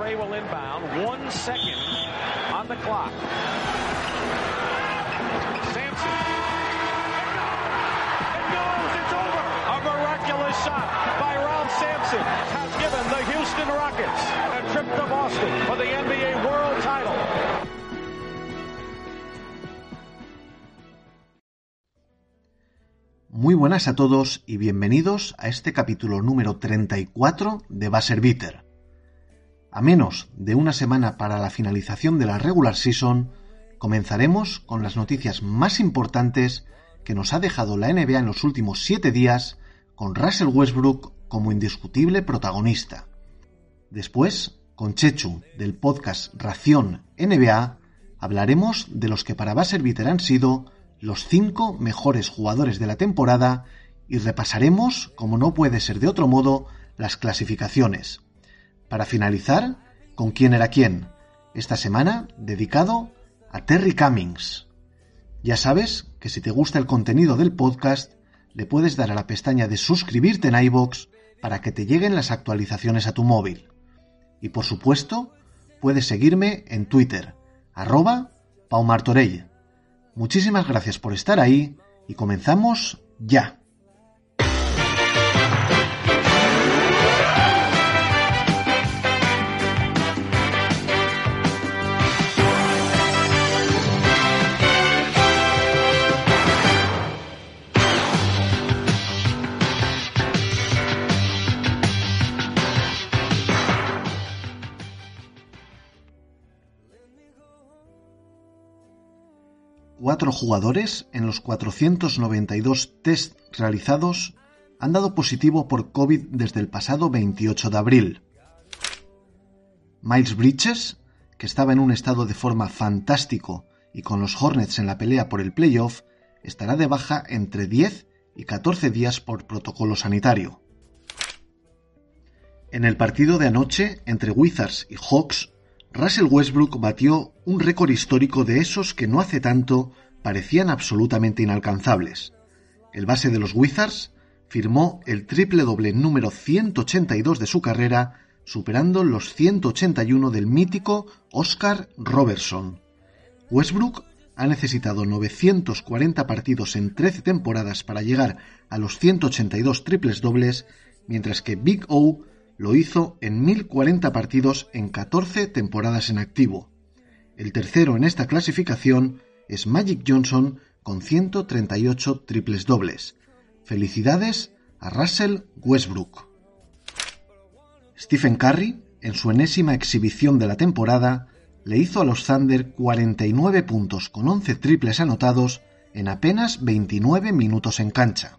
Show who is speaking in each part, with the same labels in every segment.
Speaker 1: Gray will inbound. 1 second on the clock. Sampson. It goes. It's over. A miraculous shot by Ralph Sampson has given the Houston Rockets a trip to Boston for the NBA World Title.
Speaker 2: Muy buenas a todos y bienvenidos a este capítulo número 34 de Buzzer Beater. A menos de una semana para la finalización de la regular season, comenzaremos con las noticias más importantes que nos ha dejado la NBA en los últimos 7 días, con Russell Westbrook como indiscutible protagonista. Después, con Chechu, del podcast Ración NBA, hablaremos de los que para Buzzer Beater han sido los 5 mejores jugadores de la temporada y repasaremos, como no puede ser de otro modo, las clasificaciones. Para finalizar, con quién era quién, esta semana dedicado a Terry Cummings. Ya sabes que si te gusta el contenido del podcast, le puedes dar a la pestaña de suscribirte en iVoox para que te lleguen las actualizaciones a tu móvil. Y por supuesto, puedes seguirme en Twitter, @PauMartorell. Muchísimas gracias por estar ahí y comenzamos ya. Cuatro jugadores en los 492 test realizados han dado positivo por COVID desde el pasado 28 de abril. Miles Bridges, que estaba en un estado de forma fantástico y con los Hornets en la pelea por el playoff, estará de baja entre 10 y 14 días por protocolo sanitario. En el partido de anoche entre Wizards y Hawks, Russell Westbrook batió un récord histórico de esos que no hace tanto parecían absolutamente inalcanzables. El base de los Wizards firmó el triple doble número 182 de su carrera, superando los 181 del mítico Oscar Robertson. Westbrook ha necesitado 940 partidos en 13 temporadas para llegar a los 182 triples dobles, mientras que Big O lo hizo en 1040 partidos en 14 temporadas en activo. El tercero en esta clasificación es Magic Johnson con 138 triples dobles. Felicidades a Russell Westbrook. Stephen Curry, en su enésima exhibición de la temporada, le hizo a los Thunder 49 puntos con 11 triples anotados en apenas 29 minutos en cancha.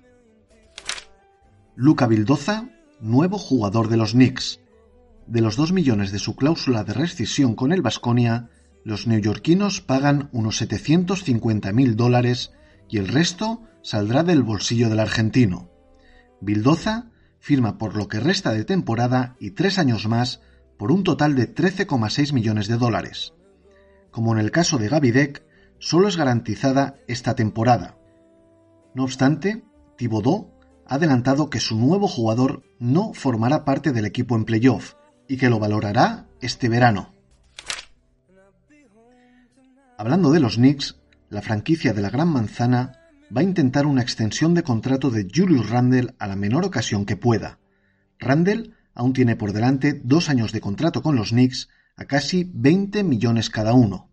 Speaker 2: Luka Vildoza, nuevo jugador de los Knicks. De los 2 millones de su cláusula de rescisión con el Baskonia, los neoyorquinos pagan unos $750.000 y el resto saldrá del bolsillo del argentino. Vildoza firma por lo que resta de temporada y 3 años más por un total de $13,6 millones. Como en el caso de Gaby Deck, solo es garantizada esta temporada. No obstante, Thibodeau ha adelantado que su nuevo jugador no formará parte del equipo en playoff y que lo valorará este verano. Hablando de los Knicks, la franquicia de la Gran Manzana va a intentar una extensión de contrato de Julius Randle a la menor ocasión que pueda. Randle aún tiene por delante 2 años de contrato con los Knicks a casi 20 millones cada uno.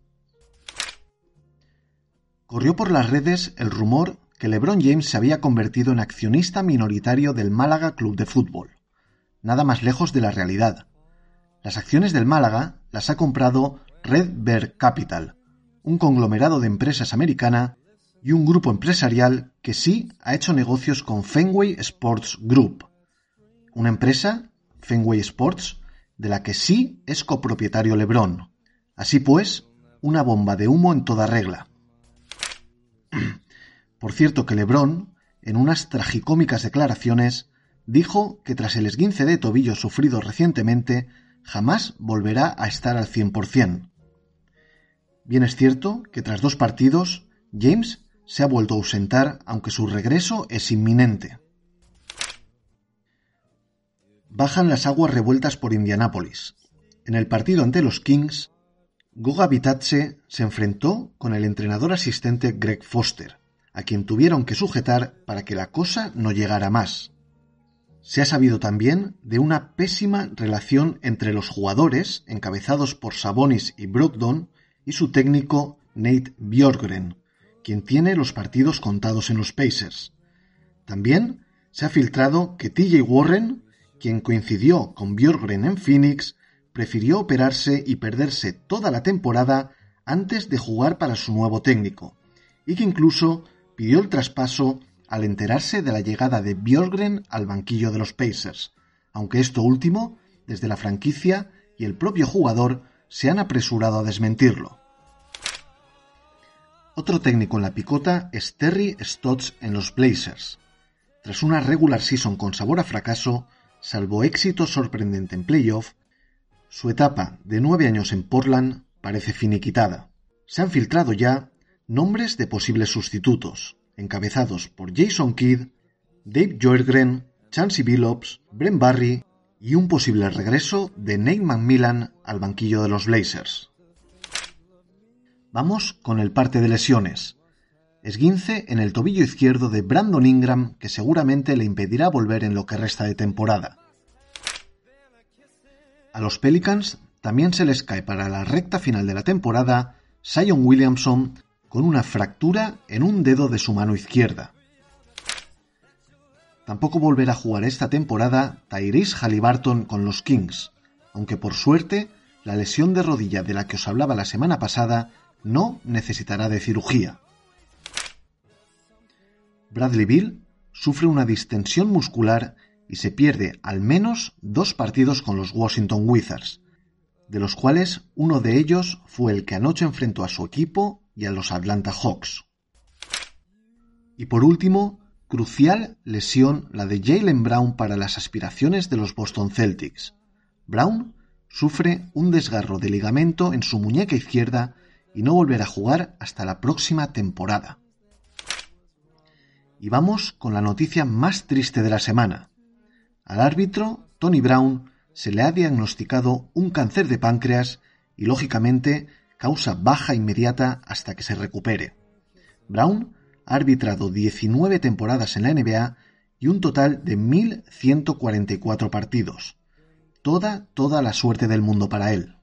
Speaker 2: Corrió por las redes el rumor que LeBron James se había convertido en accionista minoritario del Málaga Club de Fútbol. Nada más lejos de la realidad. Las acciones del Málaga las ha comprado Red Bear Capital, un conglomerado de empresas americana y un grupo empresarial que sí ha hecho negocios con Fenway Sports Group, una empresa, Fenway Sports, de la que sí es copropietario LeBron. Así pues, una bomba de humo en toda regla. Por cierto que LeBron, en unas tragicómicas declaraciones, dijo que tras el esguince de tobillo sufrido recientemente, jamás volverá a estar al 100%. Bien es cierto que tras 2 partidos, James se ha vuelto a ausentar, aunque su regreso es inminente. Bajan las aguas revueltas por Indianápolis. En el partido ante los Kings, Goga Bitadze se enfrentó con el entrenador asistente Greg Foster, a quien tuvieron que sujetar para que la cosa no llegara más. Se ha sabido también de una pésima relación entre los jugadores, encabezados por Sabonis y Brogdon, y su técnico Nate Bjorkgren, quien tiene los partidos contados en los Pacers. También se ha filtrado que TJ Warren, quien coincidió con Bjorkgren en Phoenix, prefirió operarse y perderse toda la temporada antes de jugar para su nuevo técnico, y que incluso pidió el traspaso al enterarse de la llegada de Bjorkgren al banquillo de los Pacers, aunque esto último, desde la franquicia y el propio jugador, se han apresurado a desmentirlo. Otro técnico en la picota es Terry Stotts en los Blazers. Tras una regular season con sabor a fracaso, salvo éxito sorprendente en playoff, su etapa de 9 años en Portland parece finiquitada. Se han filtrado ya nombres de posibles sustitutos, encabezados por Jason Kidd, Dave Bjorkgren, Chauncey Billups, Brent Barry y un posible regreso de Nate McMillan al banquillo de los Blazers. Vamos con el parte de lesiones. Esguince en el tobillo izquierdo de Brandon Ingram, que seguramente le impedirá volver en lo que resta de temporada. A los Pelicans también se les cae para la recta final de la temporada Zion Williamson con una fractura en un dedo de su mano izquierda. Tampoco volverá a jugar esta temporada Tyrese Haliburton con los Kings, aunque por suerte la lesión de rodilla de la que os hablaba la semana pasada no necesitará de cirugía. Bradley Beal sufre una distensión muscular y se pierde al menos 2 partidos con los Washington Wizards, de los cuales uno de ellos fue el que anoche enfrentó a su equipo y a los Atlanta Hawks. Y por último, crucial lesión la de Jaylen Brown para las aspiraciones de los Boston Celtics. Brown sufre un desgarro de ligamento en su muñeca izquierda y no volverá a jugar hasta la próxima temporada. Y vamos con la noticia más triste de la semana. Al árbitro, Tony Brown, se le ha diagnosticado un cáncer de páncreas y, lógicamente, causa baja inmediata hasta que se recupere. Brown ha arbitrado 19 temporadas en la NBA y un total de 1.144 partidos. Toda la suerte del mundo para él.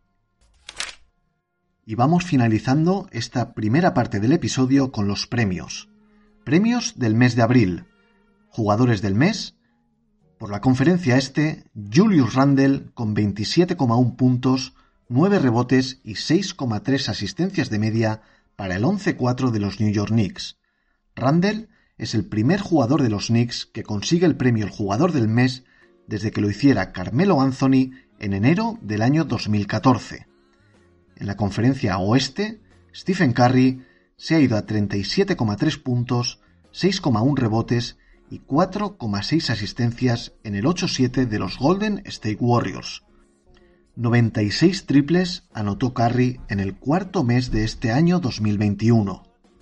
Speaker 2: Y vamos finalizando esta primera parte del episodio con los premios. Premios del mes de abril. Jugadores del mes. Por la conferencia este, Julius Randle con 27,1 puntos, 9 rebotes y 6,3 asistencias de media para el 11-4 de los New York Knicks. Randle es el primer jugador de los Knicks que consigue el premio al jugador del mes desde que lo hiciera Carmelo Anthony en enero del año 2014. En la conferencia oeste, Stephen Curry se ha ido a 37,3 puntos, 6,1 rebotes y 4,6 asistencias en el 8-7 de los Golden State Warriors. 96 triples anotó Curry en el cuarto mes de este año 2021.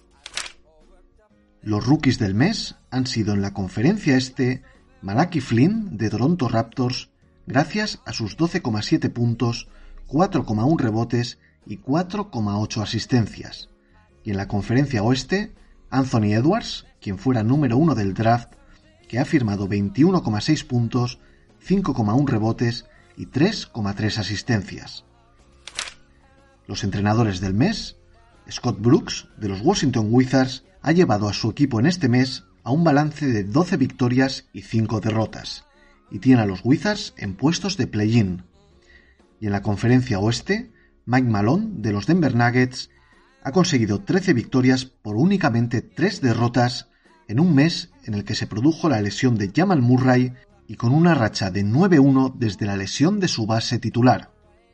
Speaker 2: Los rookies del mes han sido en la conferencia este Malachi Flynn de Toronto Raptors, gracias a sus 12,7 puntos, 4,1 rebotes y 4,8 asistencias. Y en la conferencia oeste, Anthony Edwards, quien fuera número 1 del draft, que ha firmado 21,6 puntos, 5,1 rebotes y 3,3 asistencias. Los entrenadores del mes, Scott Brooks, de los Washington Wizards, ha llevado a su equipo en este mes a un balance de 12 victorias y 5 derrotas, y tiene a los Wizards en puestos de play-in. Y en la conferencia oeste, Mike Malone, de los Denver Nuggets, ha conseguido 13 victorias por únicamente 3 derrotas en un mes en el que se produjo la lesión de Jamal Murray y con una racha de 9-1 desde la lesión de su base titular.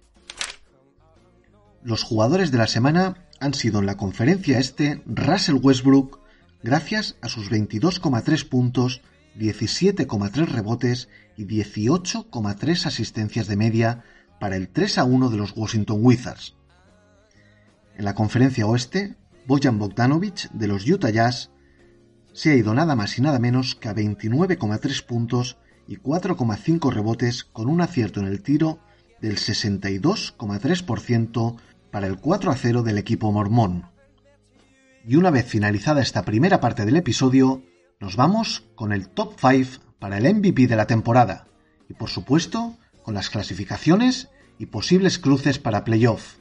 Speaker 2: Los jugadores de la semana han sido en la conferencia este Russell Westbrook, gracias a sus 22,3 puntos, 17,3 rebotes y 18,3 asistencias de media para el 3-1 de los Washington Wizards. En la conferencia oeste, Bojan Bogdanovic, de los Utah Jazz, se ha ido nada más y nada menos que a 29,3 puntos y 4,5 rebotes con un acierto en el tiro del 62,3% para el 4-0 del equipo mormón. Y una vez finalizada esta primera parte del episodio, nos vamos con el top 5 para el MVP de la temporada y por supuesto con las clasificaciones y posibles cruces para playoff.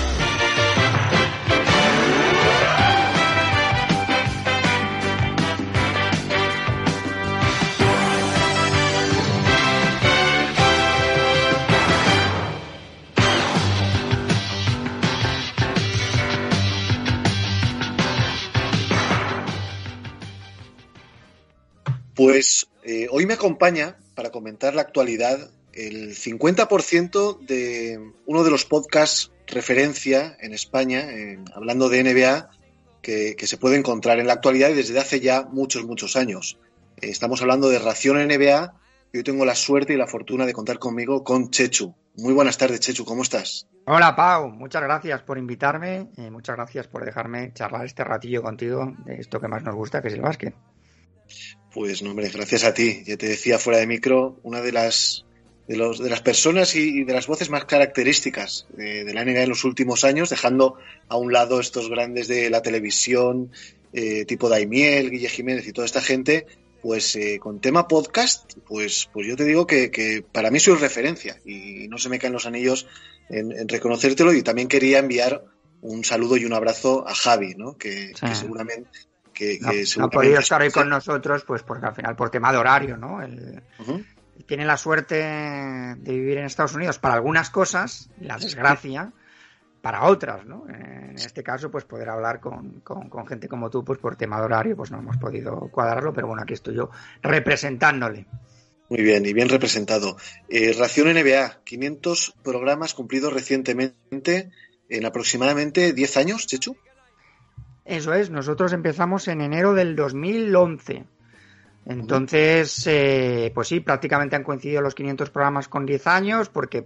Speaker 2: Pues hoy me acompaña para comentar la actualidad el 50% de uno de los podcasts referencia en España, hablando de NBA, que se puede encontrar en la actualidad y desde hace ya muchos años. Estamos hablando de Ración NBA y hoy tengo la suerte y la fortuna de contar conmigo con Chechu. Muy buenas tardes, Chechu, ¿cómo estás?
Speaker 3: Hola, Pau, muchas gracias por invitarme y muchas gracias por dejarme charlar este ratillo contigo de esto que más nos gusta, que es el básquet.
Speaker 2: Pues no, hombre, gracias a ti. Ya te decía fuera de micro, una de las personas y de las voces más características de la NBA en los últimos años, dejando a un lado estos grandes de la televisión, tipo Daimiel, Guille Jiménez y toda esta gente, pues con tema podcast, pues yo te digo que para mí soy referencia y no se me caen los anillos en reconocértelo. Y también quería enviar un saludo y un abrazo a Javi, ¿no? Que seguramente...
Speaker 3: No ha podido estar hoy con nosotros, pues porque al final por tema de horario, ¿no? Él tiene la suerte de vivir en Estados Unidos para algunas cosas, la desgracia para otras, ¿no? En este caso, pues poder hablar con gente como tú, pues por tema de horario, pues no hemos podido cuadrarlo, pero bueno, aquí estoy yo representándole.
Speaker 2: Muy bien, y bien representado. Ración NBA, 500 programas cumplidos recientemente en aproximadamente 10 años, Chechu.
Speaker 3: Eso es, nosotros empezamos en enero del 2011. Entonces, pues sí, prácticamente han coincidido los 500 programas con 10 años, porque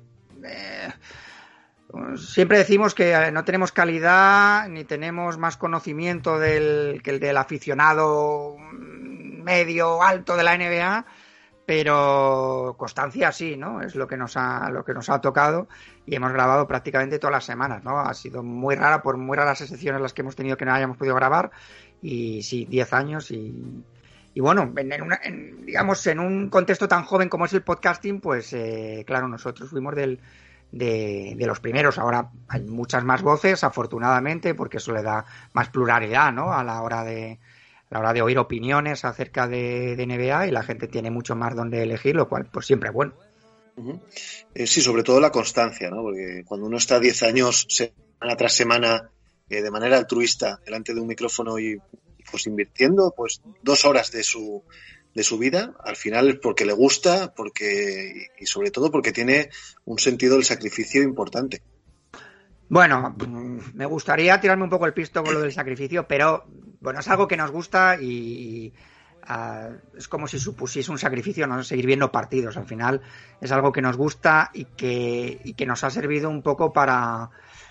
Speaker 3: siempre decimos que no tenemos calidad ni tenemos más conocimiento que el del aficionado medio alto de la NBA, pero constancia sí, ¿no? Es lo que nos ha tocado y hemos grabado prácticamente todas las semanas, ¿no? Ha sido muy rara, por muy raras excepciones las que hemos tenido que no hayamos podido grabar, y sí, 10 años y bueno, digamos, en un contexto tan joven como es el podcasting, pues claro, nosotros fuimos de los primeros. Ahora hay muchas más voces, afortunadamente, porque eso le da más pluralidad, ¿no? A la hora de oír opiniones acerca de NBA, y la gente tiene mucho más donde elegir, lo cual pues siempre es bueno.
Speaker 2: Sí, sobre todo la constancia, ¿no? Porque cuando uno está 10 años, semana tras semana, de manera altruista, delante de un micrófono y pues invirtiendo pues 2 horas de su vida, al final es porque le gusta, y sobre todo porque tiene un sentido del sacrificio importante.
Speaker 3: Bueno, me gustaría tirarme un poco el pisto con lo del sacrificio, pero bueno, es algo que nos gusta y es como si supusiese un sacrificio, no seguir viendo partidos. Al final es algo que nos gusta y que nos ha servido un poco para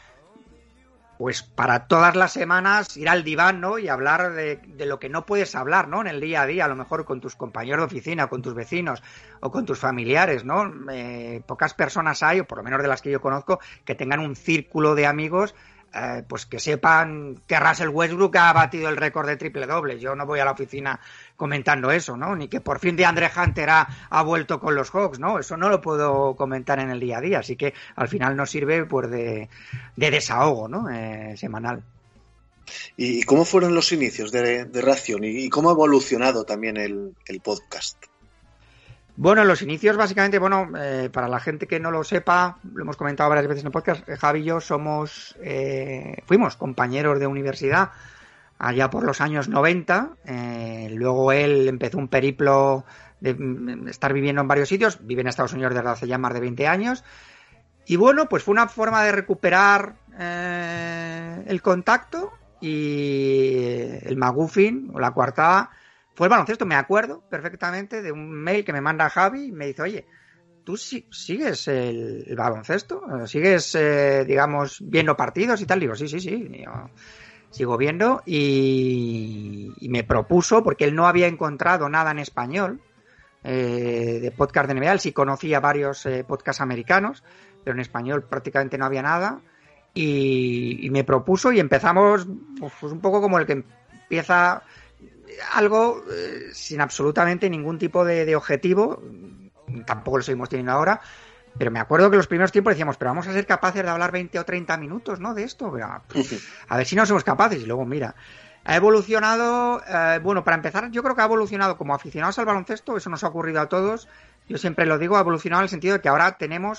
Speaker 3: todas las semanas ir al diván, ¿no? Y hablar de lo que no puedes hablar, ¿no? En el día a día, a lo mejor con tus compañeros de oficina, con tus vecinos o con tus familiares, ¿no? Pocas personas hay, o por lo menos de las que yo conozco, que tengan un círculo de amigos, pues que sepan que Russell Westbrook ha batido el récord de triple doble. Yo no voy a la oficina comentando eso, ¿no? Ni que por fin DeAndre Hunter ha vuelto con los Hawks, ¿no? Eso no lo puedo comentar en el día a día, así que al final nos sirve pues de desahogo, ¿no? Semanal.
Speaker 2: ¿Y cómo fueron los inicios de Ración y cómo ha evolucionado también el podcast?
Speaker 3: Bueno, los inicios básicamente, para la gente que no lo sepa, lo hemos comentado varias veces en el podcast, Javi y yo fuimos compañeros de universidad allá por los años 90, luego él empezó un periplo de estar viviendo en varios sitios, vive en Estados Unidos desde hace ya más de 20 años, y bueno, pues fue una forma de recuperar el contacto, y el McGuffin o la coartada fue el baloncesto. Me acuerdo perfectamente de un mail que me manda Javi y me dice: oye, ¿tú sigues el baloncesto? ¿Sigues, digamos, viendo partidos y tal? Digo, sí. Yo sigo viendo, y me propuso, porque él no había encontrado nada en español de podcast de NBA. Él sí conocía varios podcasts americanos, pero en español prácticamente no había nada. Y me propuso y empezamos pues un poco como el que empieza algo sin absolutamente ningún tipo de objetivo. Tampoco lo seguimos teniendo ahora, pero me acuerdo que los primeros tiempos decíamos, pero vamos a ser capaces de hablar 20 o 30 minutos, ¿no? De esto, pero, a ver si no somos capaces. Y luego, mira, ha evolucionado, bueno, para empezar, yo creo que ha evolucionado como aficionados al baloncesto, eso nos ha ocurrido a todos, yo siempre lo digo, ha evolucionado en el sentido de que ahora tenemos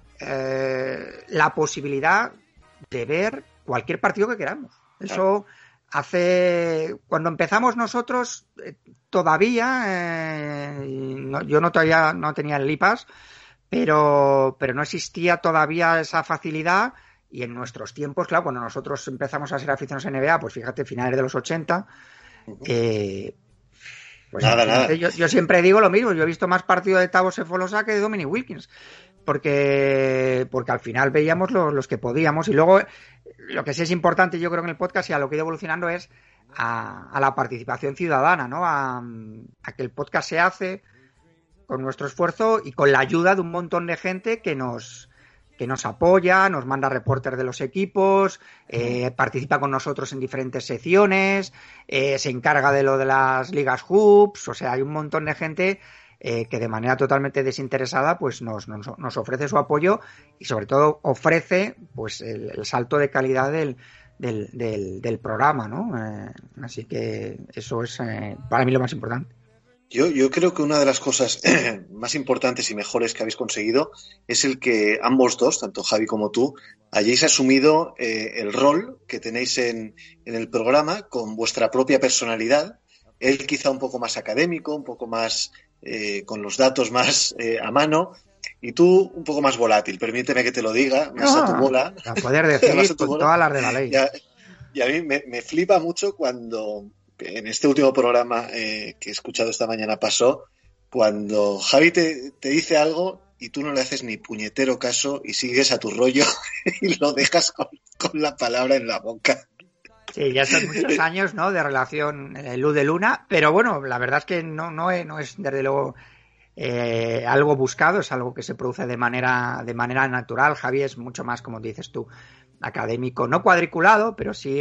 Speaker 3: la posibilidad de ver cualquier partido que queramos. Eso cuando empezamos nosotros, todavía, yo todavía no tenía el LIPAS, pero no existía todavía esa facilidad. Y en nuestros tiempos, claro, cuando nosotros empezamos a ser aficionados a NBA, pues fíjate, finales de los 80, pues
Speaker 4: nada.
Speaker 3: Yo siempre digo lo mismo, yo he visto más partidos de Thabo Sefolosha que de Dominic Wilkins, porque al final veíamos los que podíamos. Y luego, lo que sí es importante, yo creo, en el podcast y a lo que ha ido evolucionando es a la participación ciudadana, ¿no? A que el podcast se hace con nuestro esfuerzo y con la ayuda de un montón de gente que nos apoya, nos manda reporters de los equipos, participa con nosotros en diferentes secciones, se encarga de lo de las ligas hoops. O sea, hay un montón de gente que de manera totalmente desinteresada pues nos ofrece su apoyo y sobre todo ofrece pues el salto de calidad del programa, ¿no? Así que eso es para mí lo más importante.
Speaker 4: Yo creo que una de las cosas más importantes y mejores que habéis conseguido es el que ambos dos, tanto Javi como tú, hayáis asumido el rol que tenéis en el programa con vuestra propia personalidad. Él quizá un poco más académico, un poco más con los datos más a mano, y tú un poco más volátil. Permíteme que te lo diga, más a tu bola.
Speaker 3: A poder decir con todas las de la ley.
Speaker 4: Y a mí me flipa mucho cuando... En este último programa que he escuchado esta mañana pasó, cuando Javi te dice algo y tú no le haces ni puñetero caso y sigues a tu rollo y lo dejas con la palabra en la boca.
Speaker 3: Sí, ya son muchos años, ¿no?, de relación luz de luna, pero bueno, la verdad es que no es desde luego algo buscado, es algo que se produce de manera natural. Javi es mucho más, como dices tú, académico, no cuadriculado, pero sí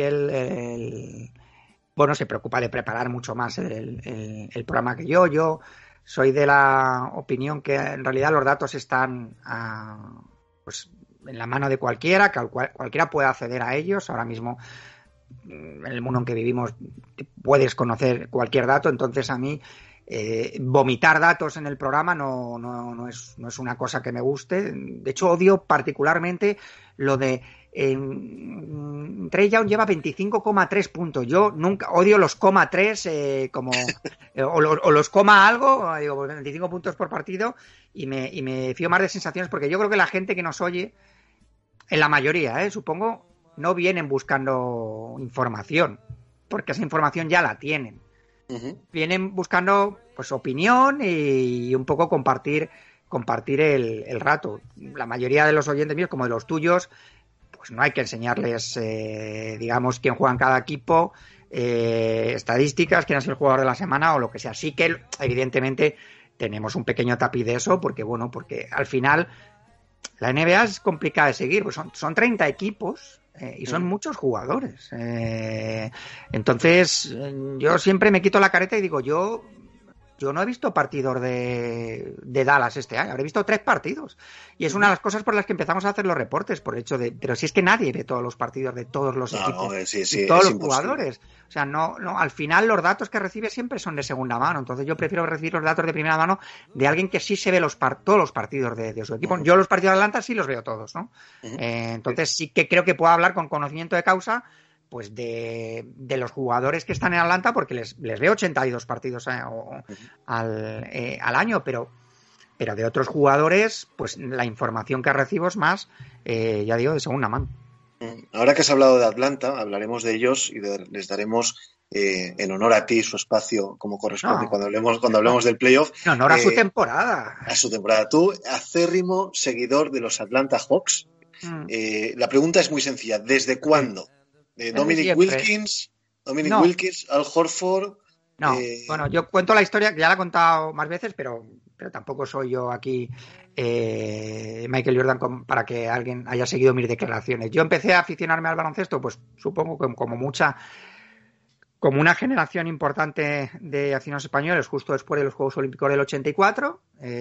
Speaker 3: bueno, se preocupa de preparar mucho más el programa que yo. Yo soy de la opinión que en realidad los datos están pues en la mano de cualquiera, que cualquiera puede acceder a ellos. Ahora mismo, en el mundo en que vivimos, puedes conocer cualquier dato. Entonces, a mí vomitar datos en el programa no es una cosa que me guste. De hecho, odio particularmente lo de Trey Young lleva 25,3 puntos. Yo nunca odio los coma 3 como o los coma algo, digo, 25 puntos por partido, y me fío más de sensaciones, porque yo creo que la gente que nos oye, en la mayoría, supongo, no vienen buscando información, porque esa información ya la tienen. Uh-huh. Vienen buscando pues opinión y un poco compartir el rato. La mayoría de los oyentes míos, como de los tuyos, pues no hay que enseñarles, digamos, quién juega en cada equipo, estadísticas, quién es el jugador de la semana o lo que sea. Sí que, evidentemente, tenemos un pequeño tapiz de eso, porque al final la NBA es complicada de seguir, pues son 30 equipos y son muchos jugadores. Entonces, yo siempre me quito la careta y digo, yo no he visto partidos de Dallas este año, habré visto 3 partidos. Y es una de las cosas por las que empezamos a hacer los reportes, por el hecho de... Pero si es que nadie ve todos los partidos de todos los equipos y todos los jugadores. O sea, no, al final los datos que recibes siempre son de segunda mano. Entonces yo prefiero recibir los datos de primera mano de alguien que sí se ve todos los partidos de su equipo. Yo los partidos de Atlanta sí los veo todos, ¿no? Entonces sí que creo que puedo hablar con conocimiento de causa pues de los jugadores que están en Atlanta, porque les veo 82 partidos al año, pero de otros jugadores, pues la información que recibo es más, ya digo, de segunda mano.
Speaker 4: Ahora que has hablado de Atlanta, hablaremos de ellos y les daremos en honor a ti su espacio como corresponde cuando hablemos del playoff.
Speaker 3: En honor a su temporada.
Speaker 4: A su temporada. Tú, acérrimo seguidor de los Atlanta Hawks, la pregunta es muy sencilla. ¿Desde cuándo? Dominic Wilkins, Al Horford,
Speaker 3: No, bueno, yo cuento la historia, que ya la he contado más veces, pero tampoco soy yo aquí Michael Jordan para que alguien haya seguido mis declaraciones. Yo empecé a aficionarme al baloncesto, pues supongo que como una generación importante de aficionados españoles, justo después de los Juegos Olímpicos del 84.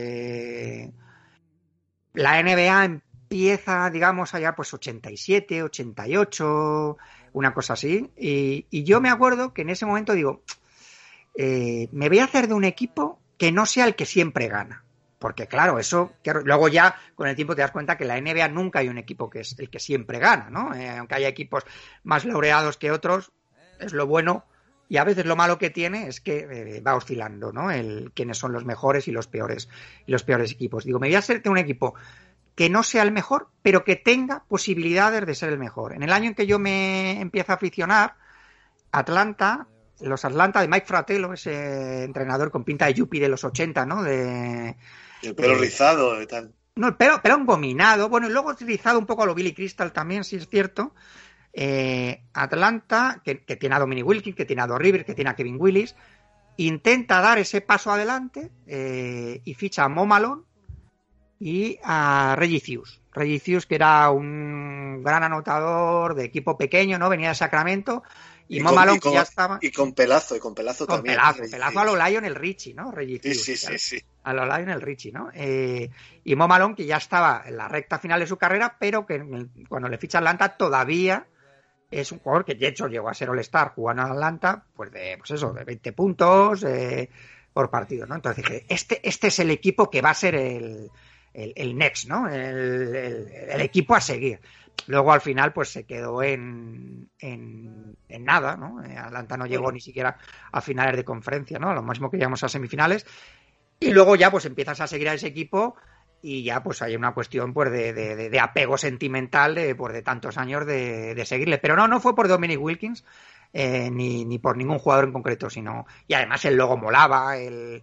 Speaker 3: La NBA empieza, digamos, allá pues 87, 88, una cosa así. Y yo me acuerdo que en ese momento digo, me voy a hacer de un equipo que no sea el que siempre gana. Porque claro, eso, que luego ya con el tiempo te das cuenta que en la NBA nunca hay un equipo que es el que siempre gana, ¿no? Aunque haya equipos más laureados que otros, es lo bueno, y a veces lo malo que tiene es que va oscilando, ¿no? Quiénes son los mejores y los peores equipos. Digo, me voy a hacer de un equipo que no sea el mejor, pero que tenga posibilidades de ser el mejor. En el año en que yo me empiezo a aficionar, los Atlanta de Mike Fratello, ese entrenador con pinta de yuppie de los 80, ¿no?
Speaker 4: El pelo rizado y tal.
Speaker 3: No, el pelo engominado. Bueno, y luego rizado un poco a lo Billy Crystal también, si es cierto. Atlanta, que tiene a Dominic Wilkins, que tiene a Doc Rivers, que tiene a Kevin Willis, intenta dar ese paso adelante y ficha a Mo Malone y a Reggie Theus. Reggie Theus, que era un gran anotador de equipo pequeño, ¿no? Venía de Sacramento. Y Mo Malone, que ya estaba...
Speaker 4: Y con pelazo también.
Speaker 3: Pelazo a lo Lionel Richie, ¿no? Reggie Theus,
Speaker 4: sí.
Speaker 3: A lo Lionel Richie, ¿no? Y Mo Malone, que ya estaba en la recta final de su carrera, pero que cuando le ficha Atlanta todavía es un jugador que de hecho llegó a ser All-Star jugando en Atlanta, pues de 20 puntos por partido, ¿no? Entonces dije, este es el equipo que va a ser el next, ¿no? El equipo a seguir. Luego al final pues se quedó en nada, ¿no? Atlanta no llegó ni siquiera a finales de conferencia, ¿no? Lo máximo que llegamos a semifinales. Y luego ya pues empiezas a seguir a ese equipo y ya pues hay una cuestión pues de apego sentimental de tantos años de seguirle. Pero no fue por Dominic Wilkins ni por ningún jugador en concreto, sino... Y además el logo molaba, el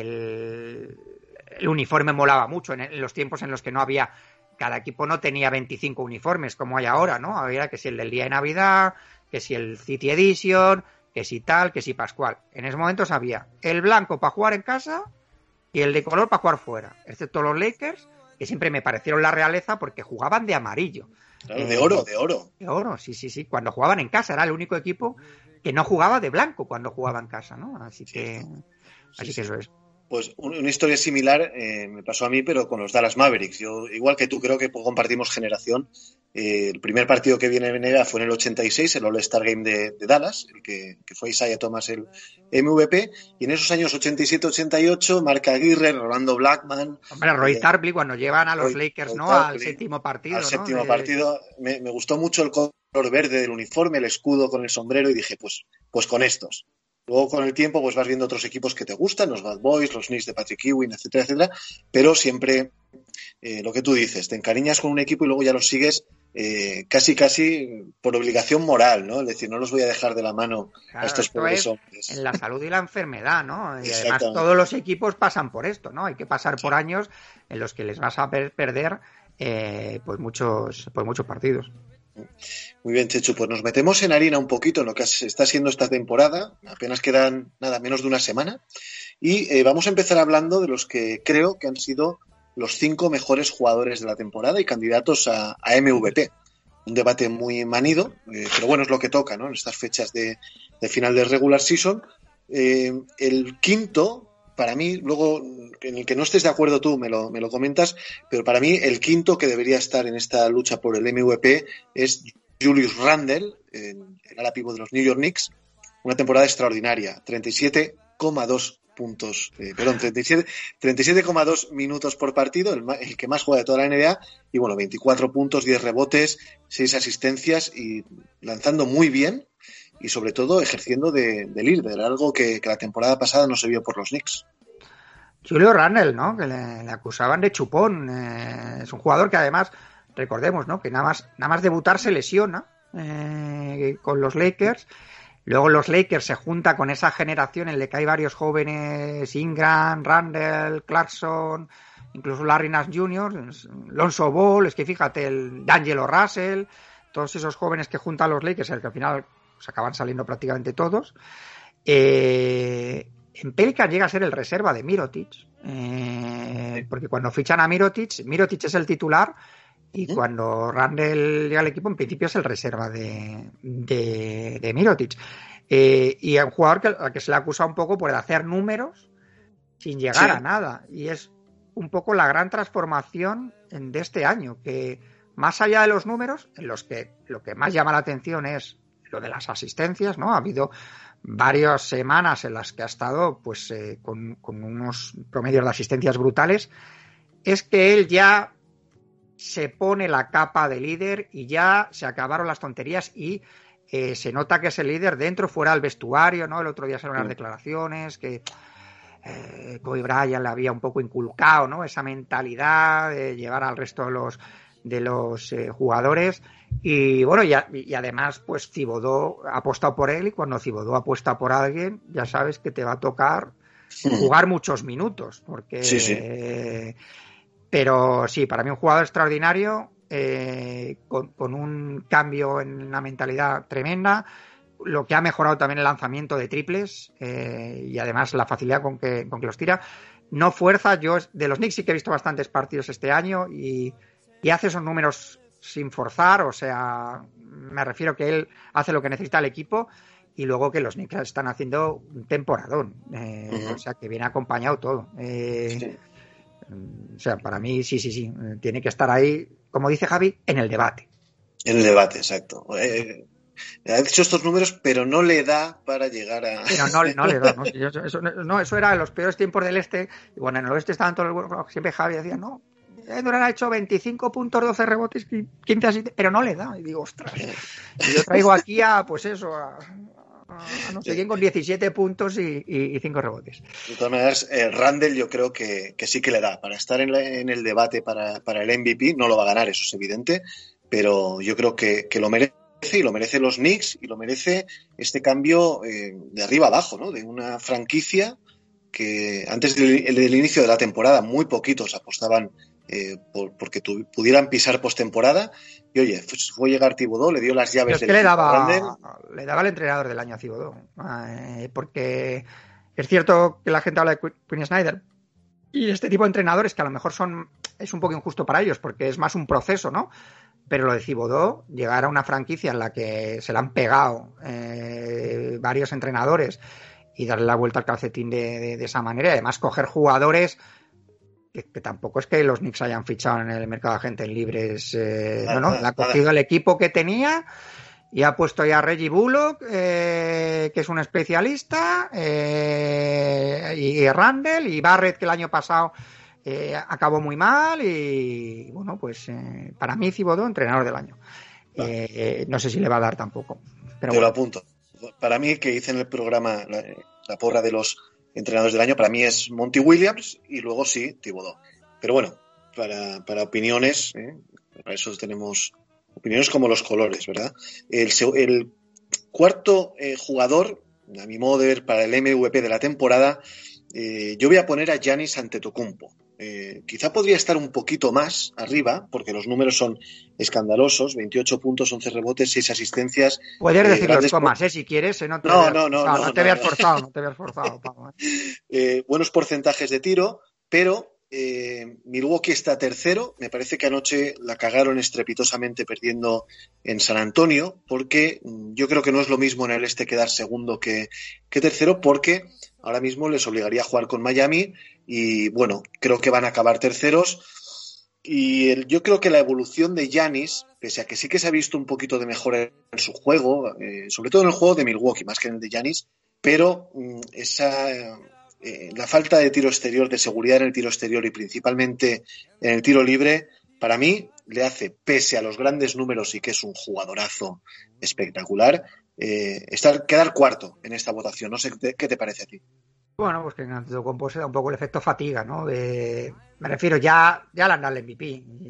Speaker 3: uniforme molaba mucho en los tiempos en los que no había... Cada equipo no tenía 25 uniformes como hay ahora, ¿no? Había que si el del día de Navidad, que si el City Edition, que si tal, que si Pascual. En ese momento había el blanco para jugar en casa y el de color para jugar fuera, excepto los Lakers, que siempre me parecieron la realeza porque jugaban de amarillo.
Speaker 4: Claro, de oro.
Speaker 3: De oro, sí. Cuando jugaban en casa era el único equipo que no jugaba de blanco cuando jugaba en casa, ¿no? Así que eso es.
Speaker 4: Pues una historia similar me pasó a mí, pero con los Dallas Mavericks. Yo, igual que tú, creo que compartimos generación. El primer partido que viene en NBA fue en el 86, el All-Star Game de Dallas, el que fue Isaiah Thomas el MVP. Y en esos años 87-88, Mark Aguirre, Rolando Blackman...
Speaker 3: Hombre, Roy Tarpley cuando llevan a los Lakers, ¿no? Al séptimo partido,
Speaker 4: Al séptimo partido. Me gustó mucho el color verde del uniforme, el escudo con el sombrero, y dije, pues con estos. Luego, con el tiempo, pues vas viendo otros equipos que te gustan, los Bad Boys, los Knicks de Patrick Ewing, etcétera, pero siempre lo que tú dices, te encariñas con un equipo y luego ya los sigues casi por obligación moral, ¿no? Es decir, no los voy a dejar de la mano a estos pobres hombres.
Speaker 3: En la salud y la enfermedad, ¿no? Y además todos los equipos pasan por esto, ¿no? Hay que pasar por años en los que les vas a perder pues muchos partidos.
Speaker 4: Muy bien, Chechu, pues nos metemos en harina un poquito en lo que está siendo esta temporada. Apenas quedan menos de una semana y vamos a empezar hablando de los que creo que han sido los 5 mejores jugadores de la temporada y candidatos a MVP. Un debate muy manido, pero bueno, es lo que toca, ¿no? En estas fechas de final de regular season. El quinto, para mí, luego en el que no estés de acuerdo tú me lo comentas, pero para mí el quinto que debería estar en esta lucha por el MVP es Julius Randle, el ala pívot de los New York Knicks. Una temporada extraordinaria, 37,2 puntos, 37,2 minutos por partido, el que más juega de toda la NBA, y bueno, 24 puntos, 10 rebotes, 6 asistencias y lanzando muy bien y sobre todo ejerciendo de líder, algo que la temporada pasada no se vio por los Knicks.
Speaker 3: Julio Randle, ¿no? Que le acusaban de chupón. Es un jugador que además, recordemos, ¿no? Que nada más debutar se lesiona con los Lakers. Luego los Lakers se junta con esa generación en la que hay varios jóvenes, Ingram, Randle, Clarkson, incluso Larry Nash Jr., Lonzo Ball, es que fíjate, el D'Angelo Russell, todos esos jóvenes que juntan los Lakers, el que al final se acaban saliendo prácticamente todos. En Pelicans llega a ser el reserva de Mirotic, porque cuando fichan a Mirotic es el titular, y cuando Randle llega al equipo, en principio es el reserva de Mirotic. Y es un jugador al que se le acusa un poco por hacer números sin llegar a nada. Y es un poco la gran transformación de este año, que más allá de los números, en los que lo que más llama la atención es lo de las asistencias, ¿no? Ha habido varias semanas en las que ha estado pues con unos promedios de asistencias brutales. Es que él ya se pone la capa de líder y ya se acabaron las tonterías y se nota que es el líder dentro, fuera del vestuario, ¿no? El otro día salieron las declaraciones que Kobe Bryant le había un poco inculcado, ¿no? Esa mentalidad de llevar al resto de los jugadores. Y bueno, y además, pues Thibodeau ha apostado por él, y cuando Thibodeau apuesta por alguien, ya sabes que te va a tocar jugar muchos minutos, porque pero sí, para mí un jugador extraordinario, con un cambio en la mentalidad tremenda, lo que ha mejorado también el lanzamiento de triples, y además la facilidad con que los tira. No fuerza. Yo de los Knicks sí que he visto bastantes partidos este año y hace esos números sin forzar, o sea, me refiero que él hace lo que necesita el equipo, y luego que los Knicks están haciendo un temporadón, o sea, que viene acompañado todo. O sea, para mí sí, tiene que estar ahí, como dice Javi, en el debate. En el debate, exacto.
Speaker 4: Ha dicho estos números, pero no le da para llegar a...
Speaker 3: Pero no le da, ¿no? Eso era en los peores tiempos del este, y bueno, en el oeste estaban todos los... Siempre Javi decía, no, Durant ha hecho 25 puntos, 12 rebotes, 15 asistencias, pero no le da. Y digo, ostras, y yo traigo aquí a, pues eso, a no sé quién con 17 puntos y 5 rebotes.
Speaker 4: De todas maneras, Randle yo creo que sí que le da. Para estar en el debate para el MVP, no lo va a ganar, eso es evidente, pero yo creo que lo merece, y lo merecen los Knicks, y lo merece este cambio de arriba abajo, ¿no? De una franquicia que antes del inicio de la temporada muy poquitos apostaban porque pudieran pisar postemporada, y oye, fue llegar Thibodeau, le dio las llaves
Speaker 3: del equipo a Randle. Le daba el entrenador del año a Thibodeau, porque es cierto que la gente habla de Quinn Snyder y este tipo de entrenadores que a lo mejor es un poco injusto para ellos porque es más un proceso, ¿no? Pero lo de Thibodeau, llegar a una franquicia en la que se le han pegado varios entrenadores y darle la vuelta al calcetín de esa manera, y además coger jugadores que tampoco es que los Knicks hayan fichado en el mercado de agentes libres, no, le ha cogido el equipo que tenía y ha puesto ya a Reggie Bullock, que es un especialista, y Randle y Barrett, que el año pasado acabó muy mal, y bueno, pues para mí Thibodeau, entrenador del año. No sé si le va a dar tampoco, pero
Speaker 4: te lo apunto. Para mí, que hice en el programa la porra de los entrenadores del año, para mí es Monty Williams y luego sí, Thibodeau. Pero bueno, para opiniones, para eso tenemos opiniones como los colores, ¿verdad? El cuarto jugador, a mi modo de ver, para el MVP de la temporada, yo voy a poner a Giannis Antetokounmpo. Quizá podría estar un poquito más arriba, porque los números son escandalosos: 28 puntos, 11 rebotes, 6 asistencias.
Speaker 3: Puedes decir los comas, si quieres. No te veas forzado, Pablo.
Speaker 4: Buenos porcentajes de tiro, pero Milwaukee está tercero. Me parece que anoche la cagaron estrepitosamente perdiendo en San Antonio, porque yo creo que no es lo mismo en el este quedar segundo que tercero, porque ahora mismo les obligaría a jugar con Miami, y bueno, creo que van a acabar terceros. Y yo creo que la evolución de Giannis, pese a que sí que se ha visto un poquito de mejora en su juego, sobre todo en el juego de Milwaukee, más que en el de Giannis, pero la falta de tiro exterior, de seguridad en el tiro exterior y principalmente en el tiro libre, para mí le hace, pese a los grandes números y que es un jugadorazo espectacular, quedar cuarto en esta votación. No sé qué te parece a ti.
Speaker 3: Bueno, pues que en Antetokounmpo se da un poco el efecto fatiga, ¿no? Me refiero, ya le han dado el MVP.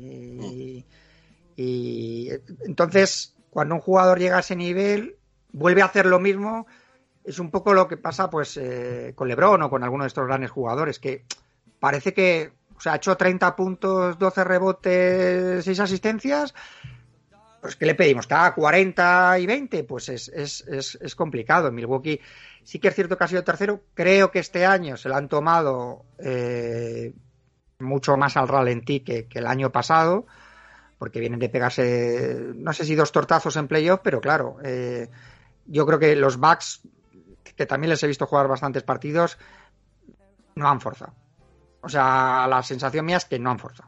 Speaker 3: Y entonces, cuando un jugador llega a ese nivel, vuelve a hacer lo mismo. Es un poco lo que pasa pues con LeBron o con alguno de estos grandes jugadores, que parece que ha hecho 30 puntos, 12 rebotes, 6 asistencias, pues ¿qué le pedimos? ¿Está 40 y 20? Pues es complicado. En Milwaukee sí que es cierto que ha sido tercero. Creo que este año se lo han tomado mucho más al ralentí que el año pasado, porque vienen de pegarse, no sé si 2 tortazos en playoff, pero claro, yo creo que los Bucks, que también les he visto jugar bastantes partidos, no han forzado. O sea, la sensación mía es que no han forzado.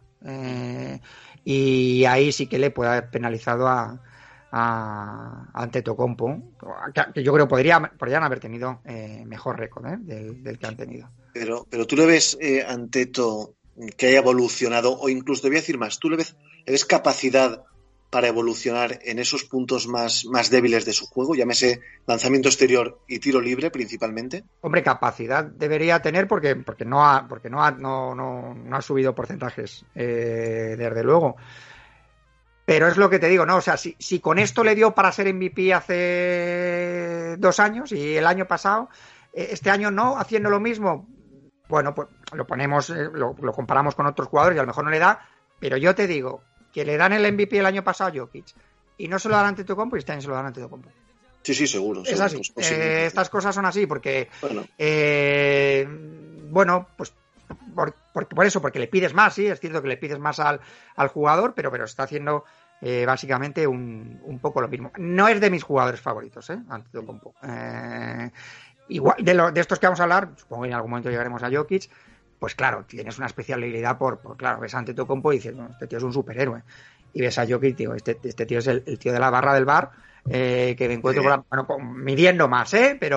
Speaker 3: Y ahí sí que le puede haber penalizado a Antetokounmpo, que yo creo podrían haber tenido mejor récord del que han tenido.
Speaker 4: Pero tú le ves Anteto que haya evolucionado, o incluso te voy a decir más, ¿tú le ves capacidad para evolucionar en esos puntos más débiles de su juego, llámese lanzamiento exterior y tiro libre principalmente?
Speaker 3: Hombre, capacidad debería tener porque no ha subido porcentajes, desde luego. Pero es lo que te digo, ¿no? O sea, si con esto le dio para ser MVP hace 2 años y el año pasado, este año no, haciendo lo mismo, bueno, pues lo ponemos, lo comparamos con otros jugadores y a lo mejor no le da, pero yo te digo que le dan el MVP el año pasado a Jokic y no se lo dan a Antetokounmpo y este año se lo dan a Antetokounmpo.
Speaker 4: Sí, seguro.
Speaker 3: Es así. Estas cosas son así porque, pues por eso, porque le pides más, sí, es cierto que le pides más al jugador, pero está haciendo básicamente un poco lo mismo. No es de mis jugadores favoritos, Antetokounmpo. Igual de estos que vamos a hablar, supongo que en algún momento llegaremos a Jokic, pues claro, tienes una especialidad por claro, ves a Antetokounmpo y dices, bueno, este tío es un superhéroe. Y ves a Jokic, tío, este tío es el tío de la barra del bar, que me encuentro midiendo más,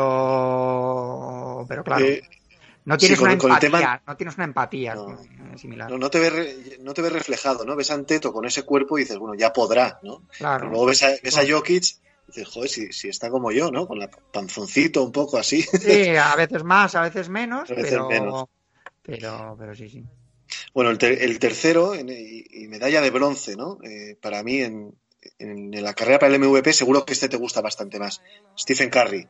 Speaker 3: pero claro. No tienes una empatía, no tienes una empatía similar.
Speaker 4: No te ves reflejado, ¿no? Ves a Anteto con ese cuerpo y dices, bueno, ya podrá, ¿no?
Speaker 3: Claro.
Speaker 4: Pero luego ves a Jokic y dices, joder, si está como yo, ¿no? Con la panzoncito un poco así.
Speaker 3: Sí, a veces más, a veces menos,
Speaker 4: menos.
Speaker 3: Pero sí.
Speaker 4: Bueno, el tercero, y medalla de bronce, ¿no? Para mí, en la carrera para el MVP, seguro que te gusta bastante más. Stephen Curry.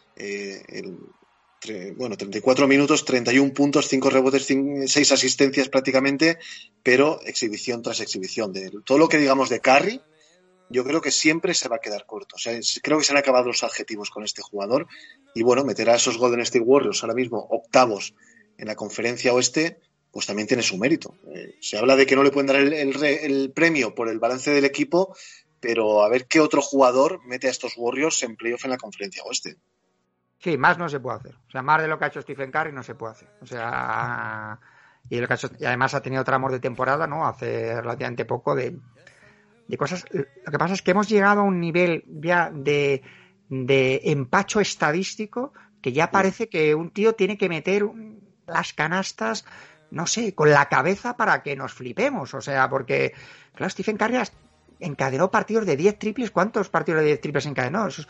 Speaker 4: 34 minutos, 31 puntos, 5 rebotes, 6 asistencias prácticamente, pero exhibición tras exhibición. Todo lo que digamos de Curry, yo creo que siempre se va a quedar corto. O sea, creo que se han acabado los adjetivos con este jugador y bueno, meter a esos Golden State Warriors ahora mismo octavos en la conferencia oeste, pues también tiene su mérito. Se habla de que no le pueden dar el premio por el balance del equipo, pero a ver qué otro jugador mete a estos Warriors en playoff en la conferencia oeste.
Speaker 3: Sí, más no se puede hacer. O sea, más de lo que ha hecho Stephen Curry no se puede hacer. O sea, y además ha tenido tramos de temporada, ¿no? Hace relativamente poco de cosas. Lo que pasa es que hemos llegado a un nivel ya de empacho estadístico que ya parece que un tío tiene que meter las canastas, no sé, con la cabeza para que nos flipemos. O sea, porque, claro, Stephen Curry encadenó partidos de 10 triples. ¿Cuántos partidos de 10 triples encadenó? Es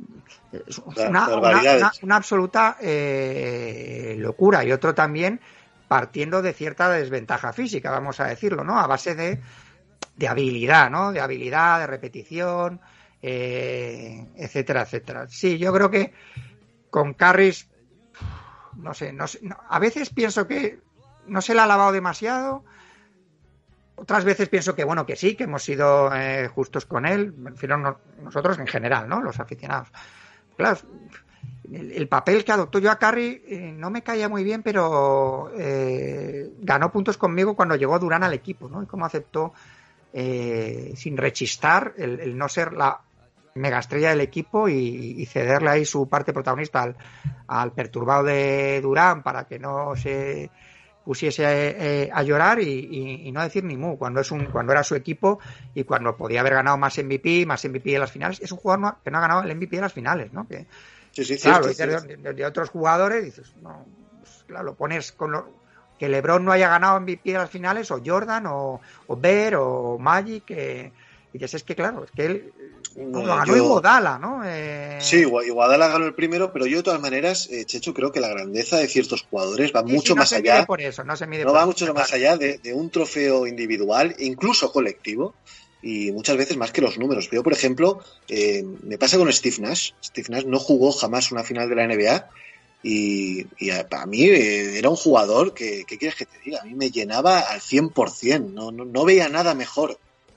Speaker 3: una absoluta locura. Y otro también partiendo de cierta desventaja física, vamos a decirlo, ¿no? A base de habilidad, ¿no? De habilidad, de repetición, etcétera, etcétera. Sí, yo creo que con Curry, no sé, a veces pienso que no se le ha lavado demasiado. Otras veces pienso que bueno, que sí, que hemos sido justos con él, me refiero nosotros en general, ¿no? Los aficionados. Claro, el papel que adoptó yo a Curry no me caía muy bien, pero ganó puntos conmigo cuando llegó Durant al equipo, ¿no? Y cómo aceptó sin rechistar el no ser la megaestrella del equipo y cederle ahí su parte protagonista al perturbado de Durant para que no se pusiese a llorar y no decir ni mu cuando era su equipo y cuando podía haber ganado más MVP de las finales. Es un jugador que no ha ganado el MVP de las finales, ¿no? Que,
Speaker 4: sí,
Speaker 3: claro,
Speaker 4: cierto.
Speaker 3: De otros jugadores dices, no, pues, claro, lo pones con que LeBron no haya ganado MVP de las finales, o Jordan, o Bear, o Magic, y dices, es que claro, es que él lo ganó Iguodala, ¿no?
Speaker 4: Sí, Iguodala ganó el primero, pero yo de todas maneras, Chechu, creo que la grandeza de ciertos jugadores va mucho más allá.
Speaker 3: No
Speaker 4: va mucho más allá de un trofeo individual, incluso colectivo, y muchas veces más que los números. Yo, por ejemplo, me pasa con Steve Nash. Steve Nash no jugó jamás una final de la NBA y para mí era un jugador que, ¿qué quieres que te diga? A mí me llenaba al 100%, no veía nada mejor